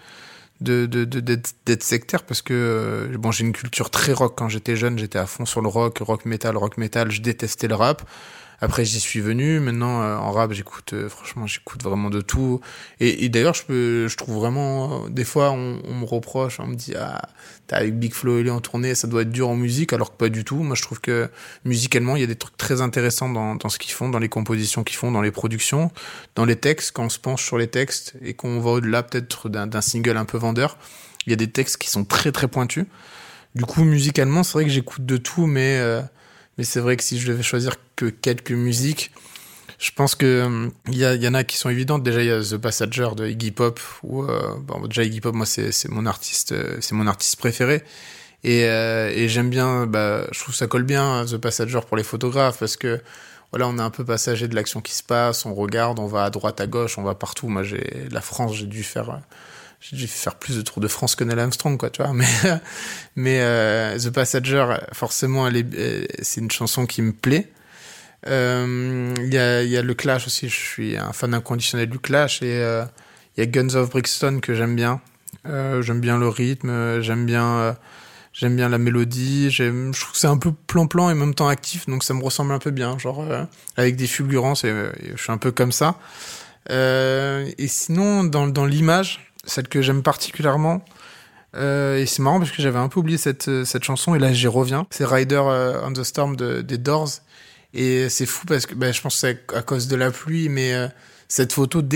d'être sectaire parce que j'ai une culture très rock. Quand j'étais jeune, j'étais à fond sur le rock metal. Je détestais le rap. Après, j'y suis venu. Maintenant, en rap, franchement, j'écoute vraiment de tout. Et d'ailleurs, je trouve vraiment, des fois, on me reproche, on me dit, ah, t'es avec Big Flo et Oli en tournée, ça doit être dur en musique, alors que pas du tout. Moi, je trouve que musicalement, il y a des trucs très intéressants dans ce qu'ils font, dans les compositions qu'ils font, dans les productions, dans les textes. Quand on se penche sur les textes et qu'on va au-delà peut-être d'un single un peu vendeur, il y a des textes qui sont très très pointus. Du coup, musicalement, c'est vrai que j'écoute de tout, mais c'est vrai que si je devais choisir que quelques musiques, je pense que il y en a qui sont évidentes. Déjà, il y a The Passenger de Iggy Pop, où déjà Iggy Pop, moi c'est mon artiste préféré. Et j'aime bien, je trouve ça colle bien The Passenger pour les photographes parce que voilà, on est un peu passager de l'action qui se passe, on regarde, on va à droite, à gauche, on va partout. Moi, la France, j'ai dû faire plus de Tour de France que Neil Armstrong, quoi, tu vois. Mais The Passenger, forcément, c'est une chanson qui me plaît. Il y a le Clash aussi. Je suis un fan inconditionnel du Clash et il y a Guns of Brixton que j'aime bien. J'aime bien le rythme, j'aime bien la mélodie. Je trouve que c'est un peu plan-plan et en même temps actif, donc ça me ressemble un peu bien, genre avec des fulgurances. Et je suis un peu comme ça. Et sinon, dans l'image, celle que j'aime particulièrement, et c'est marrant parce que j'avais un peu oublié cette chanson et là j'y reviens, c'est Rider on the Storm des Doors. Et c'est fou parce que je pense que c'est à cause de la pluie, mais cette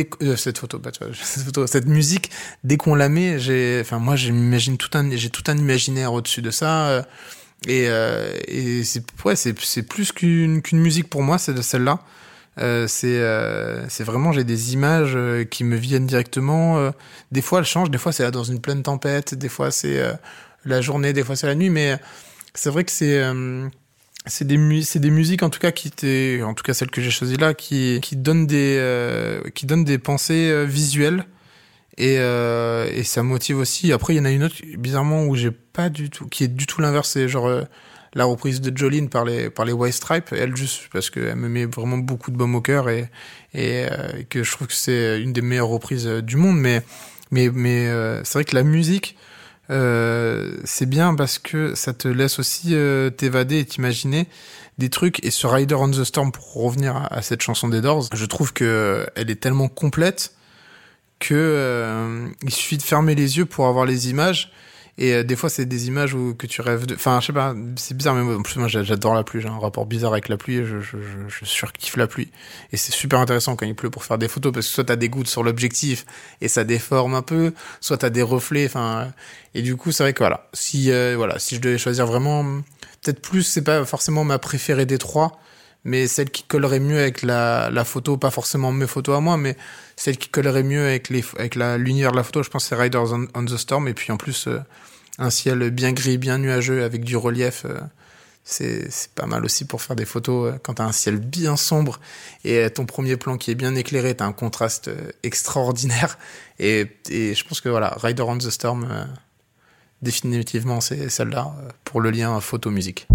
musique, dès qu'on la met, moi j'ai tout un imaginaire au-dessus de ça, et c'est plus qu'une musique pour moi, c'est de celle-là. C'est vraiment, j'ai des images qui me viennent directement. Des fois elles changent, des fois c'est là dans une pleine tempête, des fois c'est la journée, des fois c'est la nuit, mais c'est vrai que c'est des musiques en tout cas en tout cas celle que j'ai choisie là, qui donnent des pensées visuelles. Et ça motive aussi. Après, il y en a une autre, bizarrement, où j'ai pas du tout, qui est du tout l'inverse, c'est genre la reprise de Jolene par les White Stripes. Elle, juste parce qu'elle me met vraiment beaucoup de baume au cœur et que je trouve que c'est une des meilleures reprises du monde. Mais c'est vrai que la musique, c'est bien parce que ça te laisse aussi t'évader et t'imaginer des trucs. Et sur Rider on the Storm, pour revenir à cette chanson des Doors, je trouve que elle est tellement complète que il suffit de fermer les yeux pour avoir les images. Et des fois, c'est des images que tu rêves de... Enfin, je sais pas, c'est bizarre, mais en plus, moi, j'adore la pluie. J'ai un rapport bizarre avec la pluie. Je surkiffe la pluie. Et c'est super intéressant quand il pleut pour faire des photos, parce que soit t'as des gouttes sur l'objectif et ça déforme un peu, soit t'as des reflets. Enfin, et du coup, c'est vrai que voilà, si je devais choisir vraiment, peut-être plus, c'est pas forcément ma préférée des trois, mais celle qui collerait mieux avec la photo, pas forcément mes photos à moi, mais celle qui collerait mieux avec l'univers de la photo, je pense que c'est Riders on the Storm. Et puis en plus, un ciel bien gris, bien nuageux, avec du relief, c'est pas mal aussi pour faire des photos quand t'as un ciel bien sombre et ton premier plan qui est bien éclairé, t'as un contraste extraordinaire. Et je pense que voilà, Rider on the Storm, définitivement, c'est celle-là pour le lien photo-musique.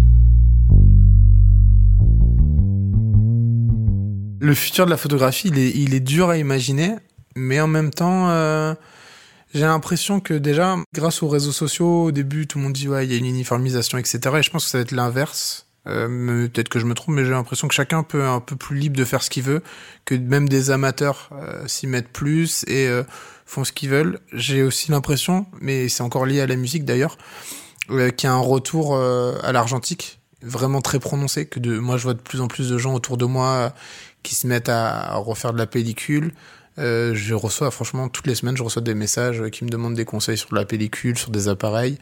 Le futur de la photographie, il est dur à imaginer, mais en même temps, j'ai l'impression que déjà, grâce aux réseaux sociaux, au début, tout le monde dit ouais, il y a une uniformisation, etc. Et je pense que ça va être l'inverse. Peut-être que je me trompe, mais j'ai l'impression que chacun peut un peu plus libre de faire ce qu'il veut, que même des amateurs s'y mettent plus et font ce qu'ils veulent. J'ai aussi l'impression, mais c'est encore lié à la musique d'ailleurs, qu'il y a un retour à l'argentique vraiment très prononcé. Moi, je vois de plus en plus de gens autour de moi qui se mettent à refaire de la pellicule. Je reçois, franchement, toutes les semaines, je reçois des messages qui me demandent des conseils sur la pellicule, sur des appareils.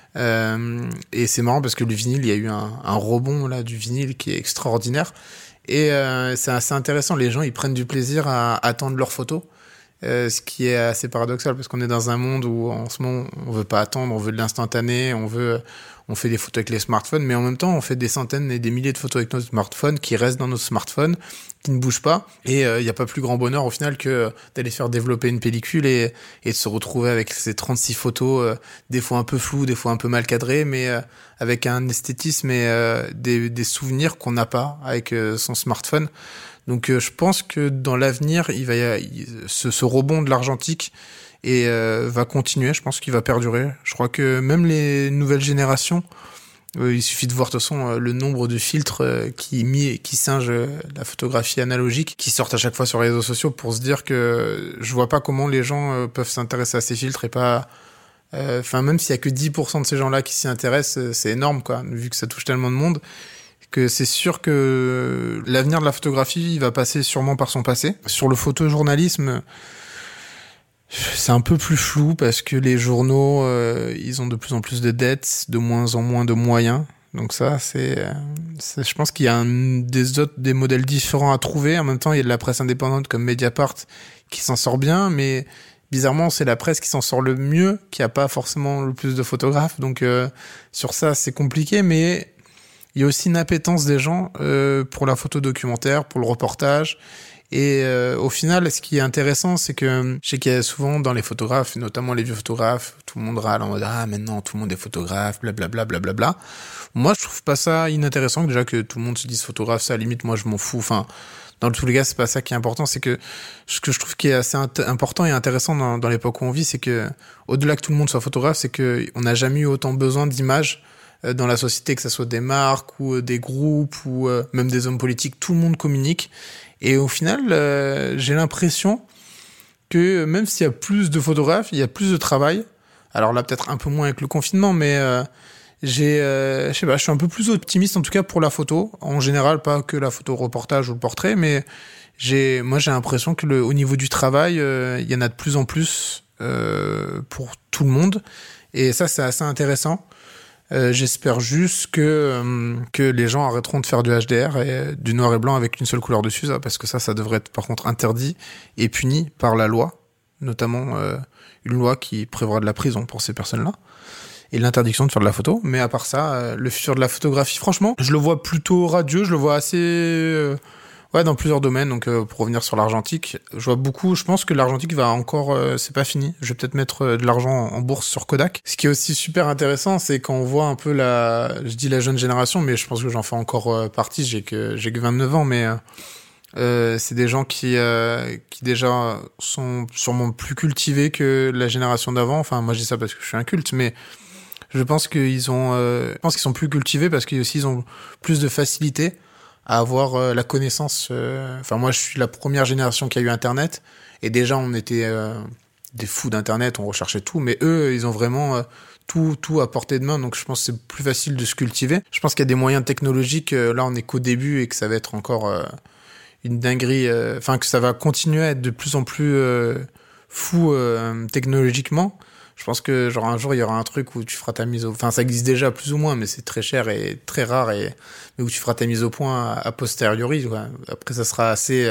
Et c'est marrant parce que le vinyle, il y a eu un rebond là du vinyle qui est extraordinaire. Et c'est assez intéressant. Les gens, ils prennent du plaisir à attendre leurs photos. Ce qui est assez paradoxal parce qu'on est dans un monde où en ce moment on veut pas attendre, on veut de l'instantané, on fait des photos avec les smartphones, mais en même temps on fait des centaines et des milliers de photos avec nos smartphones qui restent dans nos smartphones, qui ne bougent pas. Et il y a pas plus grand bonheur au final que d'aller faire développer une pellicule et de se retrouver avec ces 36 photos, des fois un peu floues, des fois un peu mal cadrées, mais avec un esthétisme et des souvenirs qu'on n'a pas avec son smartphone. Donc je pense que dans l'avenir, ce rebond de l'argentique va continuer. Je pense qu'il va perdurer. Je crois que même les nouvelles générations, il suffit de voir de toute façon le nombre de filtres qui singent la photographie analogique, qui sortent à chaque fois sur les réseaux sociaux pour se dire que je vois pas comment les gens peuvent s'intéresser à ces filtres et pas... même s'il y a que 10% de ces gens-là qui s'y intéressent, c'est énorme, quoi, vu que ça touche tellement de monde. Que c'est sûr que l'avenir de la photographie, il va passer sûrement par son passé. Sur le photojournalisme, c'est un peu plus flou parce que les journaux, ils ont de plus en plus de dettes, de moins en moins de moyens. Donc ça, je pense qu'il y a des modèles différents à trouver. En même temps, il y a de la presse indépendante comme Mediapart qui s'en sort bien, mais bizarrement, c'est la presse qui s'en sort le mieux, qui a pas forcément le plus de photographes. Donc sur ça, c'est compliqué, mais il y a aussi une appétence des gens pour la photo documentaire, pour le reportage. Et au final, ce qui est intéressant, c'est que je sais qu'il y a souvent dans les photographes, notamment les vieux photographes, tout le monde râle en mode « Ah, maintenant, tout le monde est photographe, blablabla, blablabla. » Moi, je trouve pas ça inintéressant, déjà que tout le monde se dise photographe, ça, à la limite, moi, je m'en fous. Enfin, dans tous les cas, c'est pas ça qui est important. C'est que ce que je trouve qui est assez important et intéressant dans l'époque où on vit, c'est que, au-delà que tout le monde soit photographe, c'est que on n'a jamais eu autant besoin d'images dans la société, que ça soit des marques ou des groupes ou même des hommes politiques, tout le monde communique. Et au final, j'ai l'impression que même s'il y a plus de photographes, il y a plus de travail. Alors là, peut-être un peu moins avec le confinement, mais je sais pas, je suis un peu plus optimiste en tout cas pour la photo. En général, pas que la photo reportage ou le portrait, mais j'ai l'impression que au niveau du travail, il y en a de plus en plus pour tout le monde. Et ça, c'est assez intéressant. J'espère juste que les gens arrêteront de faire du HDR et du noir et blanc avec une seule couleur dessus, ça, parce que ça devrait être par contre interdit et puni par la loi, notamment une loi qui prévoira de la prison pour ces personnes-là. et l'interdiction de faire de la photo. Mais à part ça, le futur de la photographie, franchement, je le vois plutôt radieux, je le vois assez... dans plusieurs domaines. Donc pour revenir sur l'argentique, je vois beaucoup, je pense que l'argentique va encore, c'est pas fini. Je vais peut-être mettre de l'argent en bourse sur Kodak. Ce qui est aussi super intéressant, c'est quand on voit un peu je dis la jeune génération, mais je pense que j'en fais encore partie, j'ai que 29 ans, mais c'est des gens qui déjà sont sûrement plus cultivés que la génération d'avant. Enfin, moi je dis ça parce que je suis inculte, mais je pense qu'ils sont plus cultivés parce qu'ils ont plus de facilité à avoir la connaissance. Enfin, moi, je suis la première génération qui a eu Internet, et déjà, on était des fous d'Internet, on recherchait tout, mais eux, ils ont vraiment tout à portée de main, donc je pense que c'est plus facile de se cultiver. Je pense qu'il y a des moyens technologiques, là, on est qu'au début, et que ça va être encore une dinguerie, que ça va continuer à être de plus en plus fou technologiquement. Je pense que genre un jour il y aura un truc où tu feras ta mise au... Enfin, ça existe déjà plus ou moins, mais c'est très cher et très rare, mais où tu feras ta mise au point a posteriori, quoi. Après, ça sera assez...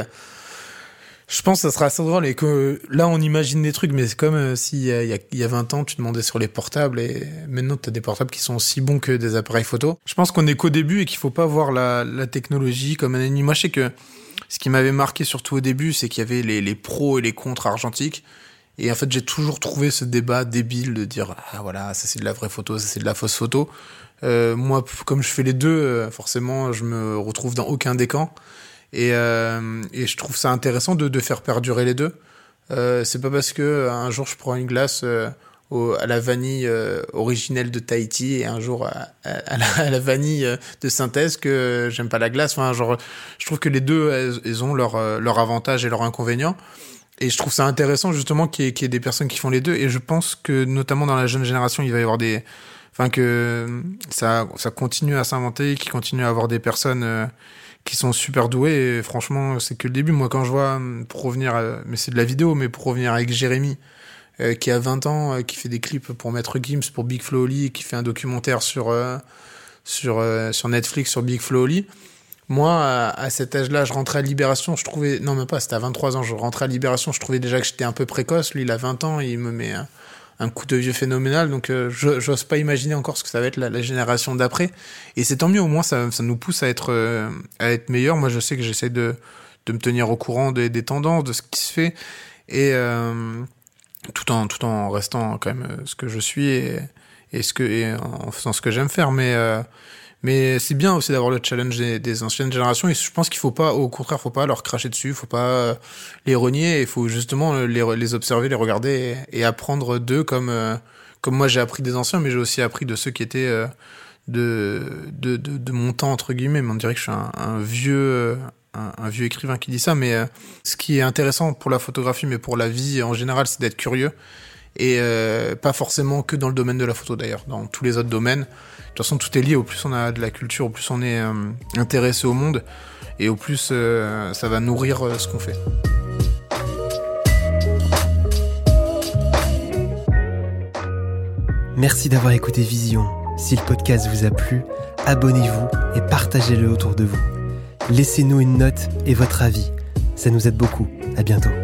Je pense que ça sera assez drôle, et que là on imagine des trucs, mais c'est comme si il y a 20 ans tu demandais sur les portables, et maintenant t'as des portables qui sont aussi bons que des appareils photo. Je pense qu'on est qu'au début et qu'il faut pas voir la technologie comme un ennemi. Moi, je sais que ce qui m'avait marqué surtout au début, c'est qu'il y avait les pros et les contre argentiques. Et en fait, j'ai toujours trouvé ce débat débile de dire « Ah voilà, ça c'est de la vraie photo, ça c'est de la fausse photo ». Moi, comme je fais les deux, forcément, je me retrouve dans aucun des camps. Et je trouve ça intéressant de faire perdurer les deux. C'est pas parce que un jour je prends une glace à la vanille originelle de Tahiti, et un jour à la vanille de synthèse, que j'aime pas la glace. Enfin, genre, je trouve que les deux, elles ont leur avantage et leur inconvénient. Et je trouve ça intéressant, justement, qu'il y ait des personnes qui font les deux. Et je pense que, notamment dans la jeune génération, il va y avoir que ça continue à s'inventer, qu'il continue à avoir des personnes qui sont super douées. Et franchement, c'est que le début. Moi, quand je vois, pour revenir, mais c'est de la vidéo, mais pour revenir avec Jérémy, qui a 20 ans, qui fait des clips pour Maître Gims, pour Big Flo Oli, qui fait un documentaire sur Netflix sur Big Flo Oli. Moi, à cet âge-là, je rentrais à Libération, je trouvais... Non, même pas, c'était à 23 ans, je rentrais à Libération, je trouvais déjà que j'étais un peu précoce. Lui, il a 20 ans, il me met un coup de vieux phénoménal, donc j'ose pas imaginer encore ce que ça va être la génération d'après. Et c'est tant mieux, au moins, ça nous pousse à être meilleurs. Moi, je sais que j'essaie de me tenir au courant des tendances, de ce qui se fait, et tout en restant quand même ce que je suis, et en faisant ce que j'aime faire, mais c'est bien aussi d'avoir le challenge des anciennes générations, et je pense qu'il faut pas, au contraire, faut pas leur cracher dessus, faut pas les renier, il faut justement les observer, les regarder et apprendre d'eux, comme moi j'ai appris des anciens, mais j'ai aussi appris de ceux qui étaient de mon temps, entre guillemets. Mais on dirait que je suis un vieux écrivain qui dit ça, mais ce qui est intéressant pour la photographie, mais pour la vie en général, c'est d'être curieux, et pas forcément que dans le domaine de la photo, d'ailleurs, dans tous les autres domaines. De toute façon, tout est lié. Au plus on a de la culture, au plus on est intéressé au monde, et au plus ça va nourrir ce qu'on fait. Merci d'avoir écouté Vision. Si le podcast vous a plu, abonnez-vous et partagez-le autour de vous. Laissez-nous une note et votre avis. Ça nous aide beaucoup. À bientôt.